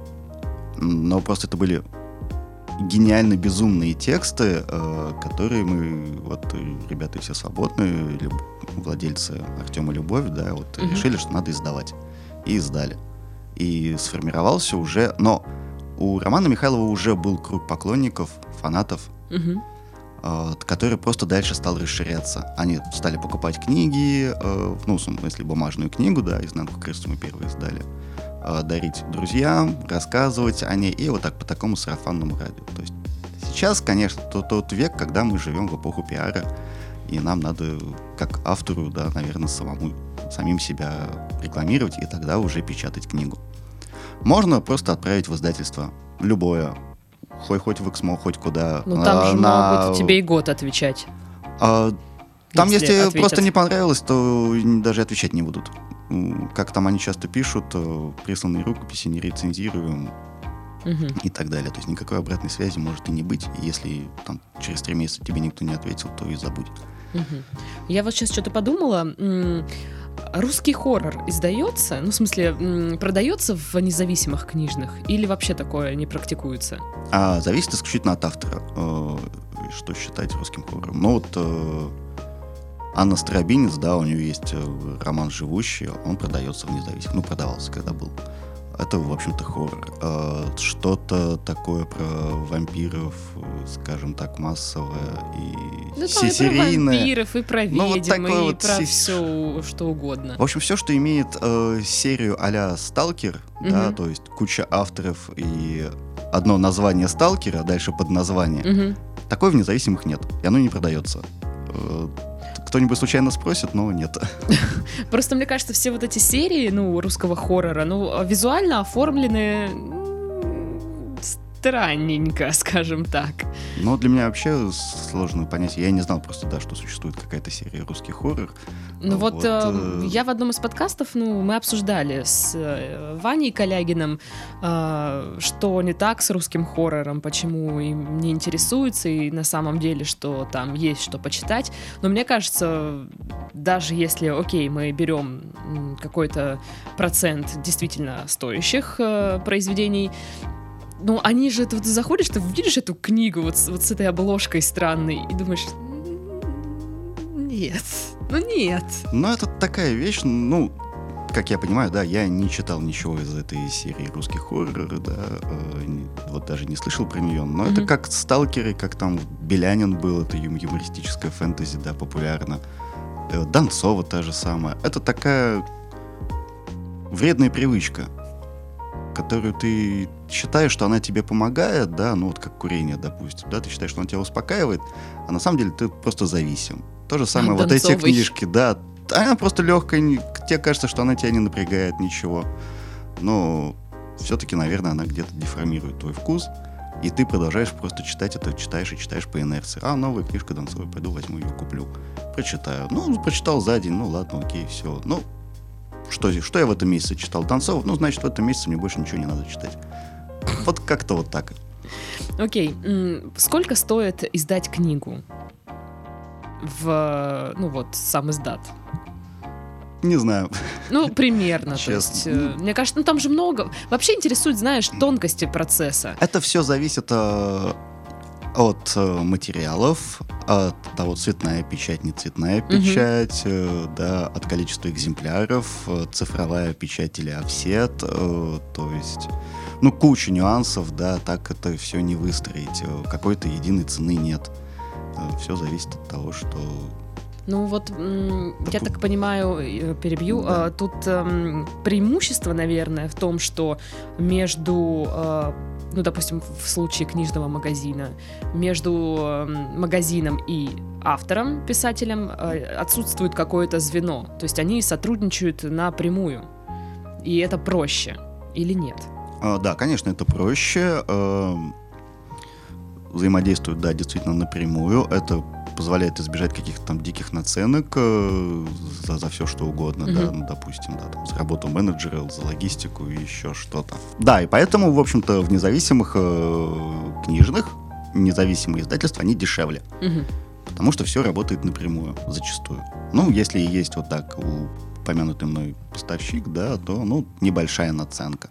М, но просто это были гениально безумные тексты, э, которые мы, вот э, ребята все свободные, люб- владельцы Артема Любовь, да, вот Мгм. решили, что надо издавать. И издали. И сформировался уже, но у Романа Михайлова уже был круг поклонников, фанатов, Мгм. э, который просто дальше стал расширяться. Они стали покупать книги, э, ну, в смысле, бумажную книгу, да, «Изнанку кресту» мы первые издали, э, дарить друзьям, рассказывать о ней, и вот так по такому сарафанному радио. То есть сейчас, конечно, тот, тот век, когда мы живем в эпоху пиара, и нам надо, как автору, да, наверное, самому, самим себя рекламировать, и тогда уже печатать книгу. Можно просто отправить в издательство любое, хоть, хоть в Эксмо, хоть куда. Ну там а, же на- могут тебе и год отвечать. а, Там, Если если, ответят. просто не понравилось, то н- даже отвечать не будут. М, Как там они часто пишут, э, присланные рукописи не рецензируем Мгм. и так далее. То есть никакой обратной связи может и не быть. И если там через три месяца тебе никто не ответил, то и забудь. Мгм. Я вот сейчас что-то подумала. м, Русский хоррор издается, ну, в смысле, м, продается в независимых книжных или вообще такое не практикуется? А зависит исключительно от автора, э, что считать русским хоррором. Ну вот э, Анна Старобинец, да, у нее есть э, роман «Живущий», он продается в независимых, ну, продавался, когда был. Это, в общем-то, хоррор. Э, Что-то такое про вампиров, э, скажем так, массовое и Ну, там се- и про серийное. вампиров, и про Ну, вот ведьм, такое и вот про си- все, что угодно. В общем, все, что имеет э, серию а-ля «Сталкер», да, Мгм. то есть куча авторов и одно название «Сталкера», а дальше подназвание, Мгм. такой в независимых нет, и оно не продается. Э, Кто-нибудь случайно спросит, но нет. Просто мне кажется, все вот эти серии, ну, русского хоррора, ну, визуально оформлены м, странненько, скажем так. Но для меня вообще сложно понять. Я не знал просто, да, что существует какая-то серия русский хоррор. Ну вот, Вот, э, э, я в одном из подкастов, ну, мы обсуждали с э, Ваней Калягиным, э, что не так с русским хоррором, почему им не интересуется, и на самом деле, что там есть что почитать. Но мне кажется, даже если, окей, мы берем м, какой-то процент действительно стоящих э, произведений, ну, они же, ты, вот заходишь, ты видишь эту книгу вот с, вот с этой обложкой странной и думаешь, «М, нет, ну нет. Ну, это такая вещь, ну, как я понимаю, да, я не читал ничего из этой серии русских хорроров, да, э, не- вот даже не слышал про нее, но это Мгм. как «Сталкеры», как там Белянин был, это юм- юмористическая фэнтези, да, популярна. Э, Донцова та же самая. Это такая вредная привычка. которую ты считаешь, что она тебе помогает, да, ну вот как курение, допустим, да, ты считаешь, что она тебя успокаивает, а на самом деле ты просто зависим. То же самое, вот эти книжки, да, она просто легкая, тебе кажется, что она тебя не напрягает, ничего, но все-таки, наверное, она где-то деформирует твой вкус, и ты продолжаешь просто читать это, читаешь и читаешь по инерции. А, новая книжка Донцовой, пойду возьму ее, куплю, прочитаю. Ну, прочитал за день, ну ладно, окей, все. Ну, что, что я в этом месяце читал Донцову? Ну, значит, в этом месяце мне больше ничего не надо читать. Вот как-то вот так. Окей, сколько стоит издать книгу в, ну вот, сам издат? Не знаю. Ну, примерно. Честно. То есть, э, мне кажется, ну там же много. Вообще интересует, знаешь, тонкости процесса. Это все зависит э, от э, материалов, от того, цветная печать, не цветная печать, э, да, от количества экземпляров, э, цифровая печать или офсет. Э, то есть, ну, куча нюансов, да, так это все не выстроить. Э, какой-то единой цены нет. Э, все зависит от того, что... Ну вот, м, я так понимаю, перебью, Да. э, тут эм, преимущество, наверное, в том, что между, э, ну, допустим, в случае книжного магазина, между э, магазином и автором, писателем, э, отсутствует какое-то звено. То есть они сотрудничают напрямую. И это проще. Или нет? А, да, конечно, это проще. э, Взаимодействуют, да, действительно напрямую. Это позволяет избежать каких-то там диких наценок э, за, за все что угодно, mm-hmm. да, ну, допустим, да, там, за работу менеджера, за логистику и еще что-то. Да, и поэтому, в общем-то, в независимых э, книжных, независимые издательства, они дешевле. Mm-hmm. Потому что все работает напрямую, зачастую. Ну, если есть вот так упомянутый мной поставщик, да, то, ну, небольшая наценка.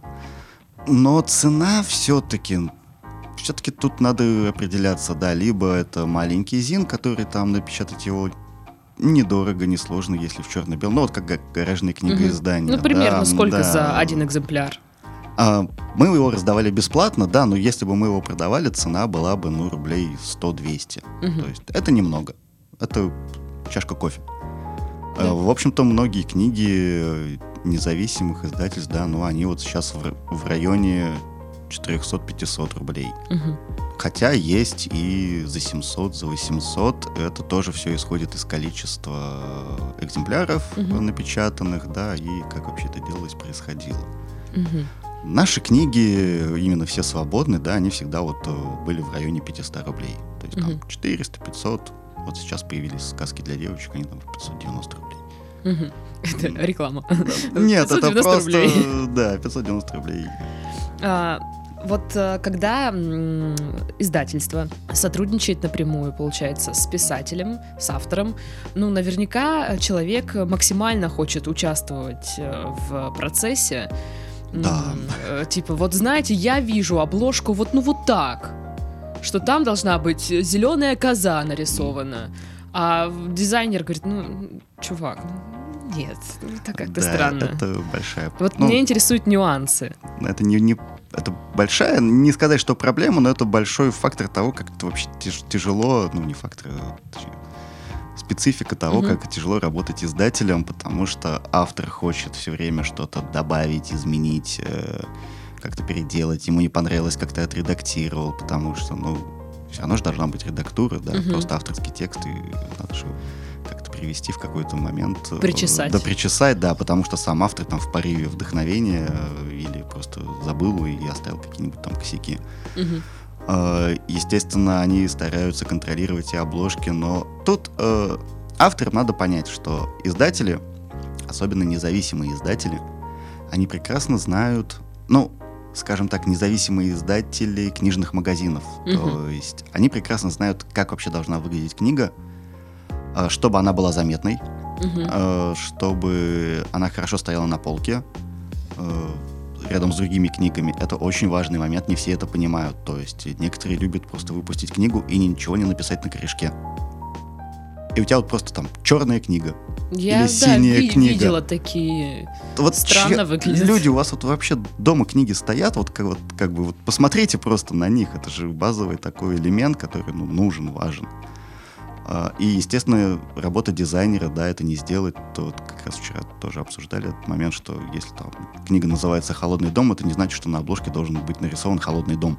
Но цена все-таки... Все-таки тут надо определяться, да, либо это маленький зин, который там напечатать его недорого, несложно, если в черно-белом, ну вот как гаражные книгоиздания. Угу. Ну, примерно да, сколько да. за один экземпляр? А, мы его раздавали бесплатно, да, но если бы мы его продавали, цена была бы, ну, рублей сто-двести. Угу. То есть это немного, это чашка кофе. Да. А, в общем-то, многие книги независимых издательств, да, ну, они вот сейчас в, в районе... четыреста-пятьсот рублей. Угу. Хотя есть и за семьсот, за восемьсот. Это тоже все исходит из количества экземпляров угу. напечатанных, да, и как вообще это делалось, происходило. Угу. Наши книги, именно все свободные, да, они всегда вот были в районе пятьсот рублей. То есть угу. там четыреста-пятьсот. Вот сейчас появились сказки для девочек, они там пятьсот девяносто рублей. Угу. Это реклама. Нет, это просто... Да, пятьсот девяносто рублей. А, вот когда м, издательство сотрудничает напрямую, получается, с писателем, с автором, ну, наверняка человек максимально хочет участвовать в процессе. Да. М, типа, вот знаете, я вижу обложку вот, ну, вот так, что там должна быть зеленая коза нарисована, а дизайнер говорит, ну, чувак, ну, нет, это как-то да, странно. Это большая... Вот ну, меня интересуют нюансы. Это не, не это большая, не сказать, что проблема, но это большой фактор того, как это вообще тяж, тяжело, ну не фактор, а специфика того, угу. как тяжело работать издателем, потому что автор хочет все время что-то добавить, изменить, э, как-то переделать, ему не понравилось, как ты отредактировал, потому что, ну, все равно же должна быть редактура, да, угу. просто авторский текст, и надо же как-то привести в какой-то момент. Причесать. Да, причесать, да, потому что сам автор там в порыве вдохновения или просто забыл и оставил какие-нибудь там косяки. Угу. Естественно, они стараются контролировать и обложки, но тут э, авторам надо понять, что издатели, особенно независимые издатели, они прекрасно знают, ну, скажем так, независимые издатели книжных магазинов. Угу. То есть они прекрасно знают, как вообще должна выглядеть книга, чтобы она была заметной, угу. чтобы она хорошо стояла на полке рядом с другими книгами. Это очень важный момент, не все это понимают. То есть некоторые любят просто выпустить книгу и ничего не написать на корешке. И у тебя вот просто там черная книга. Я, или да, синяя ви- книга. видела такие. Вот странно че- выглядят. Люди, у вас вот вообще дома книги стоят, вот как, вот как бы вот посмотрите просто на них. Это же базовый такой элемент, который ну, нужен, важен. И, естественно, работа дизайнера, да, это не сделать. То вот как раз вчера тоже обсуждали этот момент, что если там книга называется «Холодный дом», это не значит, что на обложке должен быть нарисован холодный дом.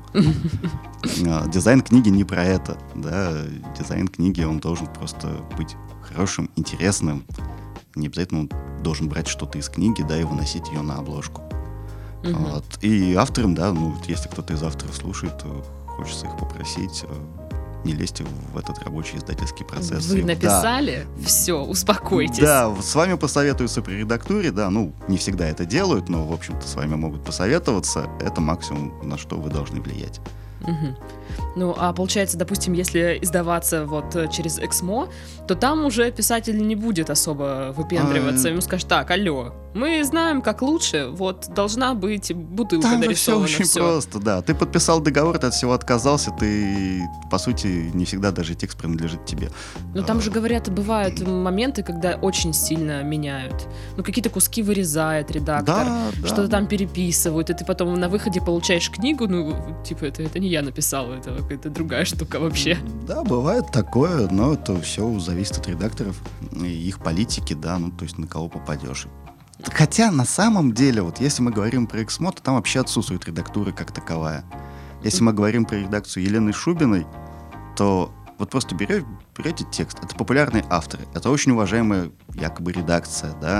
Дизайн книги не про это, да. Дизайн книги, он должен просто быть хорошим, интересным. Не обязательно он должен брать что-то из книги, да, и выносить ее на обложку. Вот. И авторам, да, ну, если кто-то из авторов слушает, то хочется их попросить... не лезьте в этот рабочий издательский процесс. Вы написали? Да. Все, успокойтесь. Да, с вами посоветуются при редактуре, да, ну, не всегда это делают, но, в общем-то, с вами могут посоветоваться. Это максимум, на что вы должны влиять. Угу. Ну, а получается, допустим, если издаваться вот через Эксмо, то там уже писатель не будет особо выпендриваться. А... Ему скажешь: так, алло, мы знаем, как лучше, вот должна быть бутылка там нарисована. Все очень все. просто, да. Ты подписал договор, ты от всего отказался, ты, по сути, не всегда даже текст принадлежит тебе. Но там же, говорят, бывают моменты, когда очень сильно меняют. Ну, какие-то куски вырезает редактор, да, что-то да. там переписывают, и ты потом на выходе получаешь книгу, ну, типа, это, это не я написал, это какая-то другая штука вообще. Да, бывает такое, но это все зависит от редакторов и их политики, да, ну, то есть на кого попадешь. Хотя, на самом деле, вот если мы говорим про Эксмо, то там вообще отсутствует редактура как таковая. Если мы говорим про редакцию Елены Шубиной, то вот просто берете, берете текст, это популярные авторы, это очень уважаемая якобы редакция, да,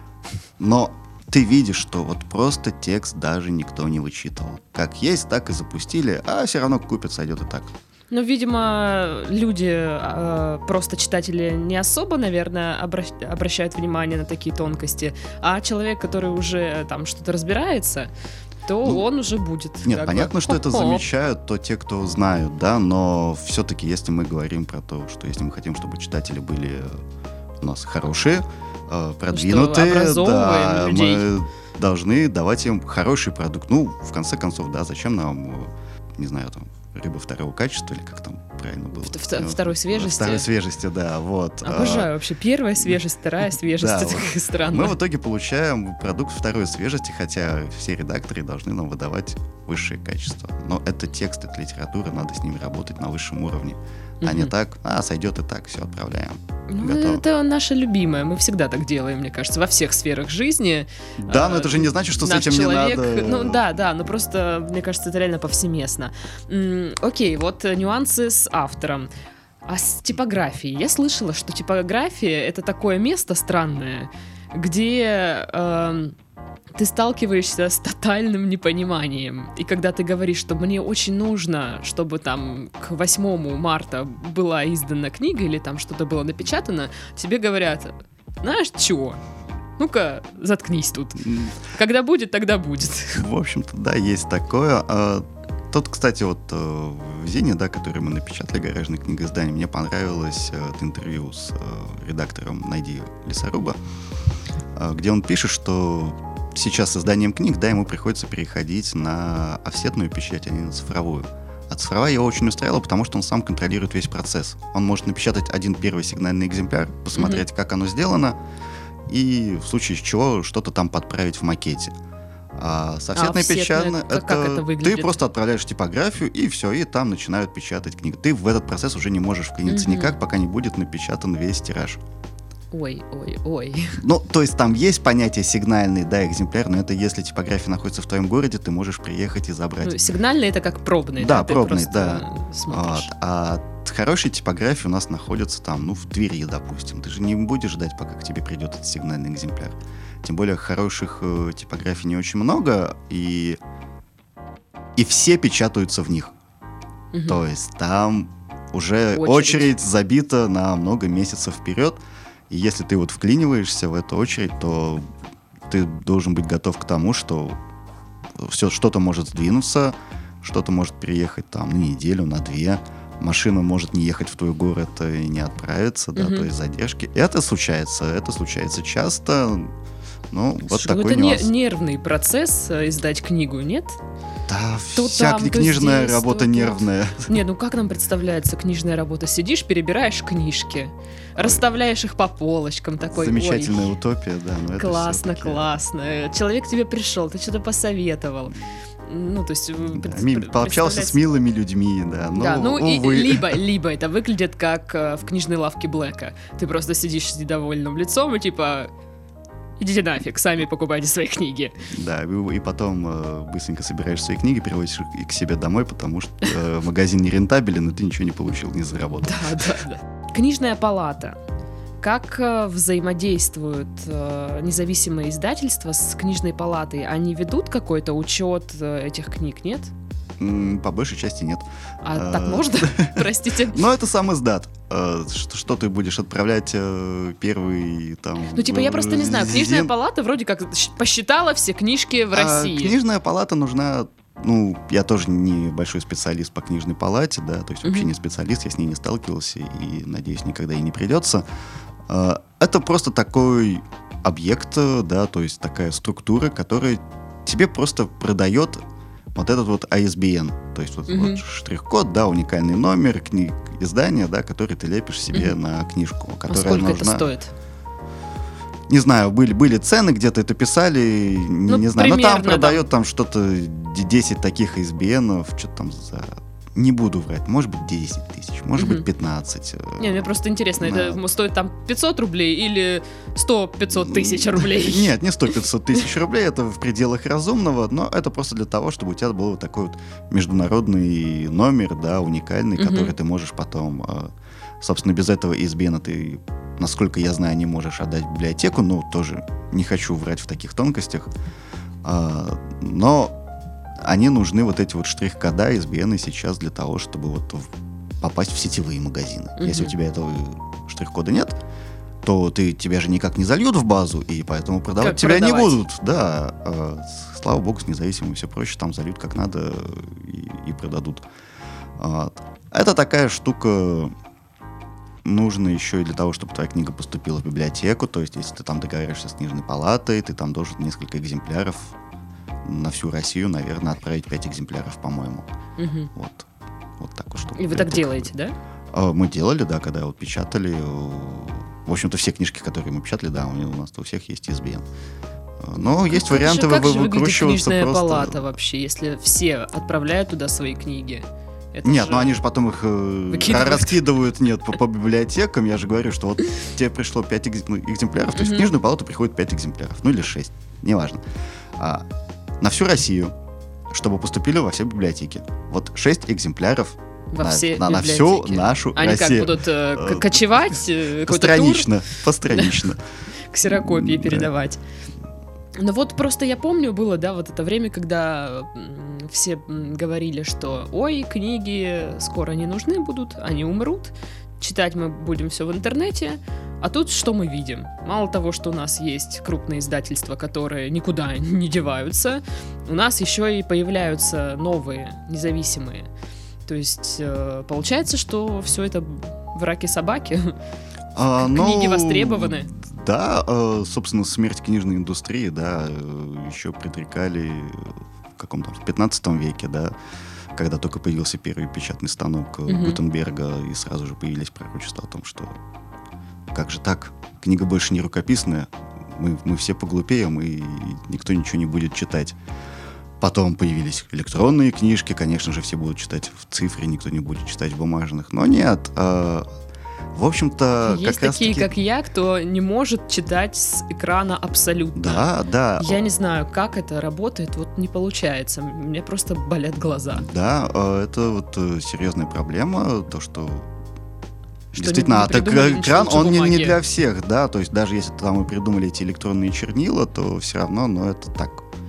но ты видишь, что вот просто текст даже никто не вычитывал. Как есть, так и запустили, а все равно купят, сойдет и так. Ну, видимо, люди, э, просто читатели, не особо, наверное, обра- обращают внимание на такие тонкости, а человек, который уже там что-то разбирается, то ну, он уже будет. Нет, понятно, бы, что это замечают то те, кто знают, да, но все-таки, если мы говорим про то, что если мы хотим, чтобы читатели были у нас хорошие, продвинутые, что, да, людей. Мы должны давать им хороший продукт. Ну, в конце концов, да, зачем нам, не знаю, там, рыба второго качества, или как там правильно было? Второй, второй свежести. Второй свежести, да, вот. Обожаю вообще. Первая свежесть, вторая свежесть. Это такая странная. Мы в итоге получаем продукт второй свежести, хотя все редакторы должны нам выдавать высшее качество. Но это текст, это литература, надо с ними работать на высшем уровне. А не так, а, сойдет и так, все, отправляем. Ну, это наше любимое, мы всегда так делаем, мне кажется, во всех сферах жизни. Да, но это же не значит, что с этим человек, не надо. Ну да, да, но просто, мне кажется, это реально повсеместно. М- окей, вот нюансы с автором. А с типографией? Я слышала, что типография — это такое место странное, где... Э- ты сталкиваешься с тотальным непониманием. И когда ты говоришь, что мне очень нужно, чтобы там к восьмому марта была издана книга или там что-то было напечатано, тебе говорят: знаешь чё? Ну-ка, заткнись тут. Когда будет, тогда будет. В общем-то, да, есть такое. Тут, кстати, вот в Зине, да, который мы напечатали, гаражное книгоиздание, мне понравилось это интервью с редактором «Найди лесоруба», где он пишет, что сейчас с изданием книг, да, ему приходится переходить на офсетную печать, а не на цифровую. А цифровая его очень устраивала, потому что он сам контролирует весь процесс. Он может напечатать один первый сигнальный экземпляр, посмотреть, mm-hmm. как оно сделано, и в случае чего что-то там подправить в макете. А с офсетной а печатной это, это ты просто отправляешь типографию, и все, и там начинают печатать книгу. Ты в этот процесс уже не можешь вклиниться mm-hmm. никак, пока не будет напечатан весь тираж. Ой, ой, ой. Ну, то есть там есть понятие сигнальный, да, экземпляр, но это если типография находится в твоем городе, ты можешь приехать и забрать. Ну, сигнальный — это как пробный, да? Да, пробный, да. Смотришь. Вот. А хорошие типографии у нас находятся там, ну, в Твери, допустим. Ты же не будешь ждать, пока к тебе придет этот сигнальный экземпляр. Тем более хороших э, типографий не очень много, и, и все печатаются в них. Угу. То есть там уже очередь. очередь забита на много месяцев вперед. И если ты вот вклиниваешься в эту очередь, то ты должен быть готов к тому, что все, что-то может сдвинуться, что-то может переехать там на неделю, на две. Машина может не ехать в твой город и не отправиться, да, mm-hmm. то есть задержки. Это случается, это случается часто. Ну, вот Слушай, такой ну это нюанс. Не, нервный процесс издать книгу, нет? Да, то вся там, книжная здесь, работа нервная. Не, ну как нам представляется книжная работа? Сидишь, перебираешь книжки, Ой. расставляешь их по полочкам. Такой, замечательная утопия, да. Но классно, это классно. Человек к тебе пришел, ты что-то посоветовал. ну, то есть... Да, ми- пообщался с милыми людьми, да, но, да, ну, увы. И, либо, либо это выглядит как э, в книжной лавке Блэка. Ты просто сидишь с недовольным лицом и типа... Идите нафиг, сами покупайте свои книги. Да, и, и потом э, быстренько собираешь свои книги, переводишь их к себе домой, потому что э, магазин не рентабелен, и ты ничего не получил, не заработал. Да, да, да. Книжная палата. Как э, взаимодействуют э, независимые издательства с книжной палатой? Они ведут какой-то учет э, этих книг, нет? М, По большей части нет. А А, так можно? Простите. Но это сам издат. Э, Что, что ты будешь отправлять э, первый там... Ну, типа, я просто не знаю. Книжная зем- палата вроде как щ- посчитала все книжки в А, России. Книжная палата нужна. Ну, я тоже не большой специалист по книжной палате, да, то есть вообще Мгм. не специалист, я с ней не сталкивался и, надеюсь, никогда и не придется. А, Это просто такой объект, да, то есть такая структура, которая тебе просто продает вот этот вот ай эс би эн, то есть вот, Мгм. вот штрих-код, да, уникальный номер, книг, издания, да, который ты лепишь себе Мгм. на книжку, А которая сколько нужна. это стоит? Не знаю, были, были цены, где-то это писали, не, Ну, не знаю, но там примерно, продает там что-то д- десять таких ай эс би эн-ов, что-то там за... Не буду врать, может быть десять тысяч, может Мгм. быть пятнадцать. э, Не, мне просто интересно, Да. это стоит там пятьсот рублей или сто-пятьсот тысяч рублей? Нет, не сто-пятьсот тысяч рублей, это в пределах разумного, но это просто для того, чтобы у тебя был вот такой вот международный номер, да, уникальный, Мгм. который ты можешь потом... э, Собственно, без этого ай эс би эн ты, насколько я знаю, не можешь отдать в библиотеку, но тоже не хочу врать в таких тонкостях. А, Но они нужны, вот эти вот штрих-кода ай эс би эн сейчас для того, чтобы вот в- попасть в сетевые магазины. Мгм. Если у тебя этого штрих-кода нет, то ты, тебя же никак не зальют в базу, и поэтому продавать Как тебя продавать? не будут. Да, а, с- слава богу, с независимым все проще, там зальют как надо и, и продадут. Вот. Это такая штука нужно еще и для того, чтобы твоя книга поступила в библиотеку, то есть если ты там договариваешься с книжной палатой, ты там должен несколько экземпляров на всю Россию, наверное, отправить пять экземпляров, по-моему. Мгм. Вот. Вот так вот, чтобы И вы так библиотека- делаете, да? А, Мы делали, да, когда вот печатали. э, В общем-то, все книжки, которые мы печатали, да, у, у нас у всех есть ай эс би эн. Э, Но есть Как варианты же, как вы- же выглядит выкручиваться книжная просто. палата вообще, если все отправляют туда свои книги? Это Нет, же- ну они же потом их э, Выкидывают. раскидывают, нет, по, по библиотекам. Я же говорю, что вот тебе пришло пять экземпляров, то есть в Мгм. книжную палату приходит пять экземпляров, ну или шесть, неважно. А, на всю Россию, чтобы поступили во все библиотеки. Вот шесть экземпляров во на, все на- на всю библиотеки. нашу Они Россию. как будут э, к- Э, кочевать, э, какой-то тур Постранично, постранично. ксерокопии Да. передавать. Ну вот просто я помню, было, да, вот это время, когда м, все м, говорили, что ой, книги скоро не нужны будут, они умрут, читать мы будем все в интернете, а тут что мы видим? Мало того, что у нас есть крупные издательства, которые никуда не деваются, у нас еще и появляются новые, независимые. То есть э, получается, что все это враки-собаки, А, ну, книги востребованы. Да, э, собственно, смерть книжной индустрии, да, э, еще предрекали в каком-то в пятнадцатом веке, да, когда только появился первый печатный станок э, Мгм. Гутенберга, и сразу же появились пророчества о том, что как же так, книга больше не рукописная, мы, мы все поглупеем, и никто ничего не будет читать. Потом появились электронные книжки, конечно же, все будут читать в цифре, никто не будет читать в бумажных. Но нет, э, в общем-то, Есть как такие, раз-таки... как я, кто не может читать с экрана абсолютно. Да, да. Я не знаю, как это работает, вот не получается. Мне просто болят глаза. Да, э, это вот э, серьезная проблема, то, что... Что Действительно, не а так придумали ничего экран, лучше он не, не бумаги. для всех, да, то есть даже если там и придумали эти электронные чернила, то все равно, ну, это так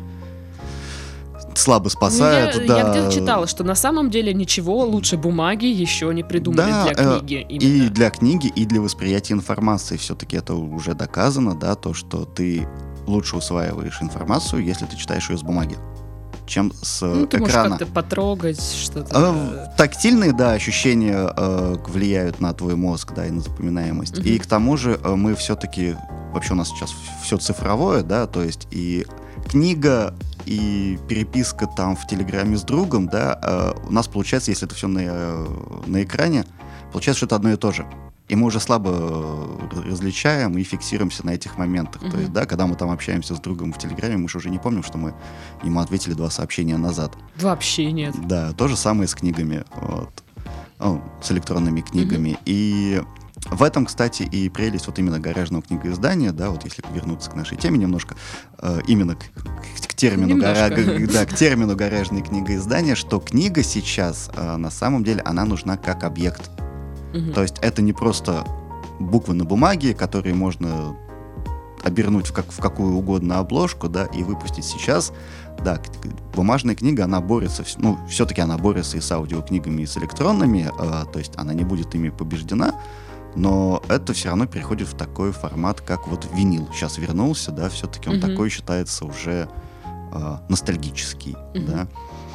слабо Ну, спасает, я, да. я где-то читала, что на самом деле ничего лучше бумаги еще не придумали Да, для э, книги. И Именно. для книги, и для восприятия информации все-таки это уже доказано, да, то, что ты лучше усваиваешь информацию, если ты читаешь ее с бумаги, чем с э, Ну, ты можешь экрана. как-то потрогать что-то. Э, Тактильные, да, ощущения э, влияют на твой мозг, да, и на запоминаемость. Мгм. И к тому же э, мы все-таки, вообще у нас сейчас все цифровое, да, то есть и книга, и переписка там в Телеграме с другом, да, э, у нас получается, если это все на, э, на экране, получается, что это одно и то же. И мы уже слабо различаем и фиксируемся на этих моментах. Mm-hmm. То есть, да, когда мы там общаемся с другом в Телеграме, мы же уже не помним, что мы ему ответили два сообщения назад. Вообще нет. Да, то же самое с книгами, вот. Ну, с электронными книгами. Mm-hmm. И в этом, кстати, и прелесть вот именно гаражного книгоиздания, да, вот если вернуться к нашей теме немножко, э, именно к, к, к, термину гара, да, к термину гаражное книгоиздание, что книга сейчас, э, на самом деле, она нужна как объект. Угу. То есть это не просто буквы на бумаге, которые можно обернуть в, как, в какую угодно обложку, да, и выпустить сейчас. Да, бумажная книга, она борется, ну, все-таки она борется и с аудиокнигами, и с электронными, э, то есть она не будет ими побеждена, но это все равно переходит в такой формат, как вот винил. Сейчас вернулся, да, все-таки он mm-hmm. такой считается уже э, ностальгический, mm-hmm. да.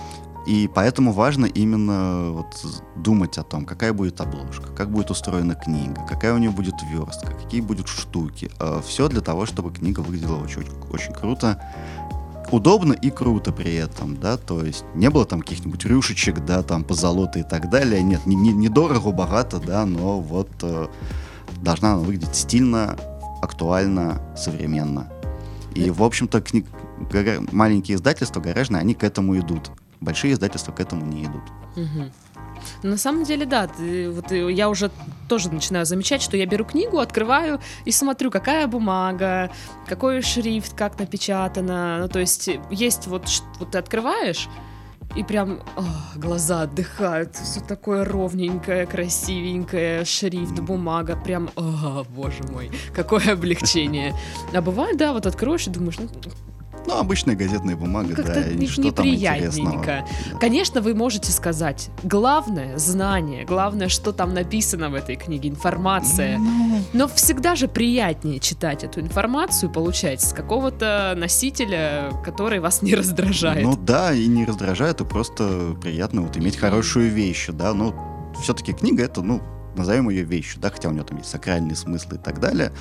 И поэтому важно именно вот думать о том, какая будет обложка, как будет устроена книга, какая у нее будет верстка, какие будут штуки. Э, все для того, чтобы книга выглядела очень, очень круто. Удобно и круто при этом, да, то есть не было там каких-нибудь рюшечек, да, там позолоты и так далее, нет, не, не, не дорого, богато, да, но вот э, должна она выглядеть стильно, актуально, современно. И, в общем-то, книг, гара... маленькие издательства гаражные, они к этому идут, большие издательства к этому не идут. Угу. На самом деле, да, ты, вот я уже тоже начинаю замечать, что я беру книгу, открываю и смотрю, какая бумага, какой шрифт, как напечатано. Ну, то есть есть вот, вот ты открываешь, и прям о, глаза отдыхают, все такое ровненькое, красивенькое, шрифт, бумага, прям, о, боже мой, какое облегчение. А бывает, да, вот откроешь и думаешь, ну... Ну, обычная газетная бумага, как-то да, и что там интересного. Да. Конечно, вы можете сказать, главное — знание, главное, что там написано в этой книге, информация. No. Но всегда же приятнее читать эту информацию, получать с какого-то носителя, который вас не раздражает. Ну да, и не раздражает, и просто приятно вот иметь хорошую вещь, да, ну, все-таки книга — это, ну, назовем ее вещью, да, хотя у нее там есть сакральный смысл и так далее,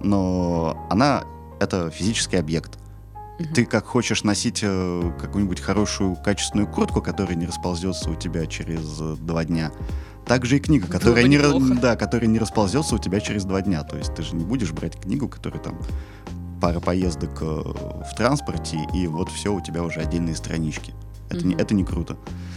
но она — это физический объект. Ты как хочешь носить э, какую-нибудь хорошую качественную куртку, которая не расползется у тебя через э, два дня, так же и книга, которая не, да, которая не расползется у тебя через два дня. То есть ты же не будешь брать книгу, которая там пара поездок э, в транспорте, и вот все, у тебя уже отдельные странички. Это, mm-hmm. не, это не круто.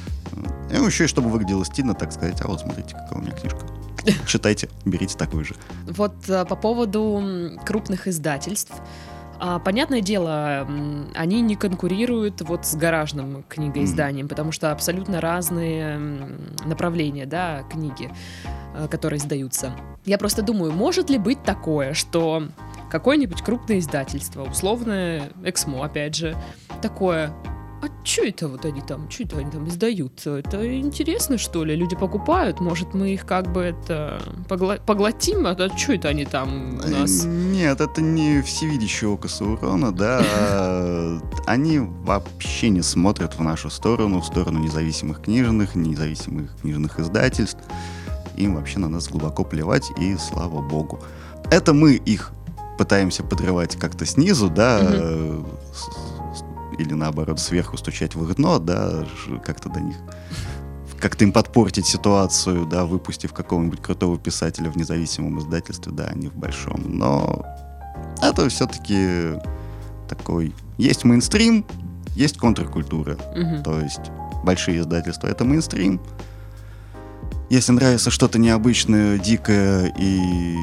И еще и чтобы выглядело стильно, так сказать, а вот смотрите, какая у меня книжка. Читайте, берите такую же. Вот по поводу крупных издательств. Понятное дело, они не конкурируют вот с гаражным книгоизданием, mm-hmm. потому что абсолютно разные направления, да, книги, которые издаются. Я просто думаю, может ли быть такое, что какое-нибудь крупное издательство, условное Эксмо, опять же, такое... А что это вот они там, что это они там издают? Это интересно, что ли? Люди покупают, может, мы их как бы это погла- поглотим? А что это они там у нас? Нет, это не всевидящее око Саурона, да. Они вообще не смотрят в нашу сторону, в сторону независимых книжных, независимых книжных издательств. Им вообще на нас глубоко плевать, и слава богу. Это мы их пытаемся подрывать как-то снизу, да, или наоборот сверху стучать в их дно, да, как-то до них, как-то им подпортить ситуацию, да, выпустив какого-нибудь крутого писателя в независимом издательстве, да, а не в большом. Но это все-таки такой... Есть мейнстрим, есть контркультура. Mm-hmm. То есть большие издательства — это мейнстрим. Если нравится что-то необычное, дикое и,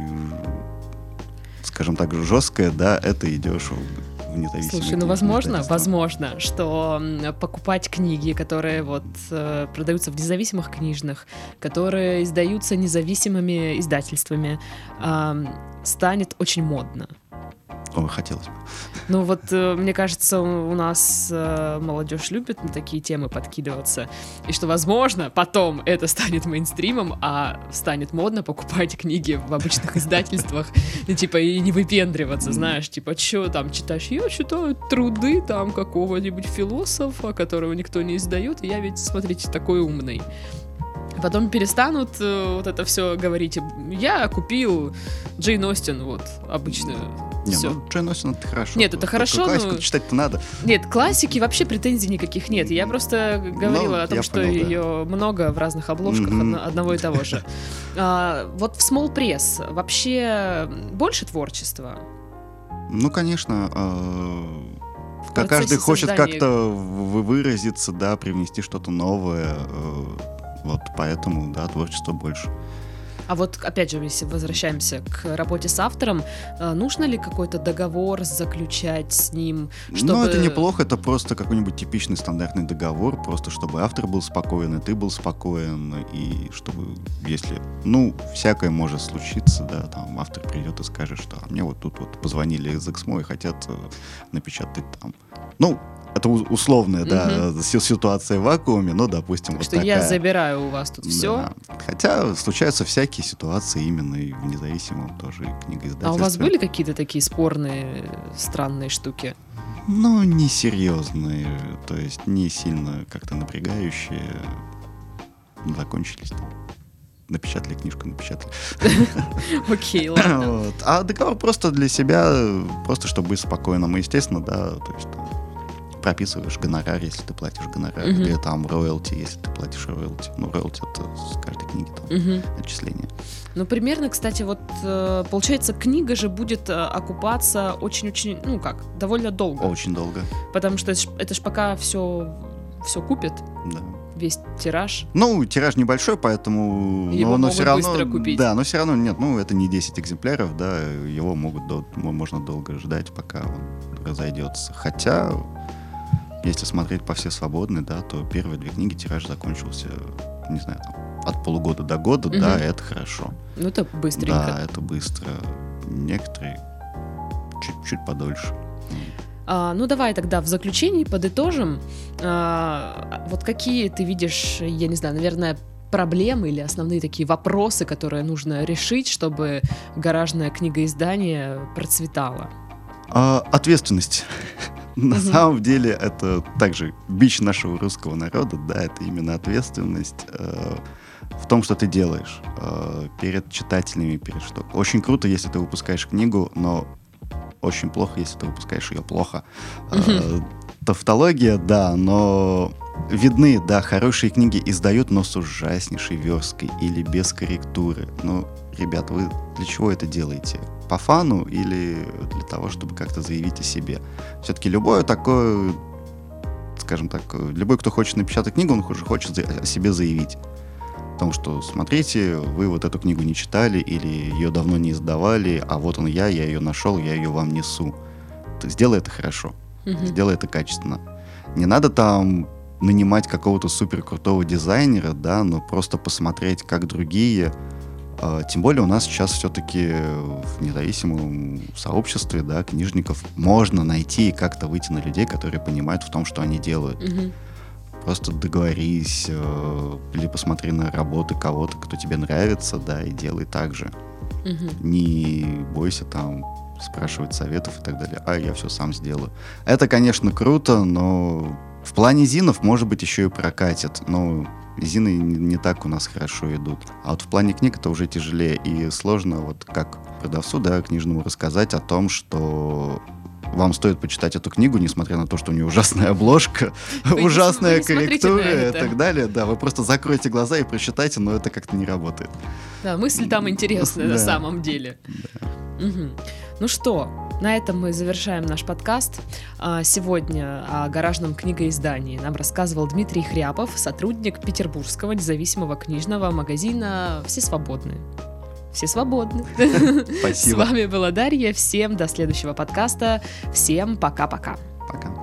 скажем так, жесткое, да, это идешь в независимые. Слушай, ну возможно, возможно, что покупать книги, которые вот э, продаются в независимых книжных, которые издаются независимыми издательствами, э, станет очень модно. О, хотелось бы. Ну вот, э, мне кажется, у нас э, молодежь любит на такие темы подкидываться, и что, возможно, потом это станет мейнстримом, а станет модно покупать книги в обычных издательствах, и типа и не выпендриваться, знаешь, типа, что там читаешь? Я читаю труды там какого-нибудь философа, которого никто не издает, и я ведь, смотрите, такой умный. Потом перестанут э, вот это все говорить. Я купил Джейн Остин, вот, обычную Не, Всё. ну Джейн Остин это хорошо. Нет, это хорошо, Классику но- читать-то надо. Нет, классики вообще претензий никаких нет. Я просто говорила Ну, о том, я что понял, да. ее много в разных обложках Мгм. одно- одного и того же. А, вот в Small Press вообще больше творчества? Ну, конечно, э, В как процессе каждый хочет создания. как-то в- выразиться, да, привнести что-то новое. э, Вот поэтому, да, творчества больше. А вот, опять же, если возвращаемся к работе с автором, э, нужно ли какой-то договор заключать с ним, чтобы... Ну, это неплохо, это просто какой-нибудь типичный стандартный договор, просто чтобы автор был спокоен, и ты был спокоен, и чтобы, если, ну, всякое может случиться, да, там автор придет и скажет, что «А мне вот тут вот позвонили из Эксмо и хотят э, напечатать там». Ну, это у- условная, да, си- ситуация в вакууме, но, допустим, вот Что такая. я забираю у вас тут все. Да. Хотя случаются всякие ситуации именно и в независимом тоже книгоиздательстве. А у вас были какие-то такие спорные, странные штуки? Ну, несерьезные, то есть не сильно как-то напрягающие. Закончились там. Напечатали книжку, напечатали. Окей, ладно. Вот. А договор просто для себя, просто чтобы быть спокойным. И, естественно, да, то есть там, прописываешь гонорар, если ты платишь гонорар, Мгм. или там роялти, если ты платишь роялти. Ну, роялти — это с каждой книги там Мгм. отчисление. Ну, примерно, кстати, вот э, получается, книга же будет э, окупаться очень-очень, ну как, довольно долго. Очень долго, Потому что это ж, это ж пока все, все купит, да. весь тираж. Ну, тираж небольшой, поэтому... Его но, но могут все равно, быстро купить. Да, но все равно нет, ну, это не десять экземпляров, да, его могут, дол- мо- можно долго ждать, пока он разойдется. Хотя, если смотреть по все свободные, да, то первые две книги тираж закончился, не знаю, там, от полугода до года, Мгм. да, это хорошо. Ну, это быстренько. Да, это быстро. Некоторые чуть-чуть подольше. А, ну, давай тогда в заключении подытожим. А, вот какие ты видишь, я не знаю, наверное, проблемы или основные такие вопросы, которые нужно решить, чтобы гаражное книгоиздание процветало? А, ответственность. На Мгм. самом деле это также бич нашего русского народа, да, это именно ответственность э, в том, что ты делаешь э, перед читателями, перед что. Очень круто, если ты выпускаешь книгу, но очень плохо, если ты выпускаешь ее плохо. Э, тавтология, да, но видны, да, хорошие книги издают, но с ужаснейшей версткой или без корректуры. Ну, ребят, вы для чего это делаете? По фану или для того, чтобы как-то заявить о себе? Все-таки любое такое, скажем так, любой, кто хочет напечатать книгу, он уже хочет за- о себе заявить. Потому что, смотрите, вы вот эту книгу не читали или ее давно не издавали, а вот он я, я ее нашел, я ее вам несу. Ты сделай это хорошо, Мгм. сделай это качественно. Не надо там нанимать какого-то супер крутого дизайнера, да, но просто посмотреть, как другие. А, Тем более у нас сейчас все-таки в независимом сообществе, да, книжников можно найти и как-то выйти на людей, которые понимают в том, что они делают. Мгм. Просто договорись э, или посмотри на работы кого-то, кто тебе нравится, да, и делай так же. Мгм. Не бойся там спрашивать советов и так далее. А я все сам сделаю. Это, конечно, круто, но в плане зинов, может быть, еще и прокатит. Но зины не, не так у нас хорошо идут. А вот в плане книг это уже тяжелее и сложно, вот как продавцу, да, книжному рассказать о том, что вам стоит почитать эту книгу, несмотря на то, что у нее ужасная обложка, Вы не- ужасная вы не смотрите на корректура и это. так далее. Да, вы просто закройте глаза и прочитайте, но это как-то не работает. Да, мысль там интересная на Да. самом деле. Мгм. Ну что, на этом мы завершаем наш подкаст. А, Сегодня о гаражном книгоиздании нам рассказывал Дмитрий Хряпов, сотрудник петербургского независимого книжного магазина «Все свободны». Все свободны. С Спасибо. вами была Дарья. Всем до следующего подкаста. Всем пока-пока. Пока.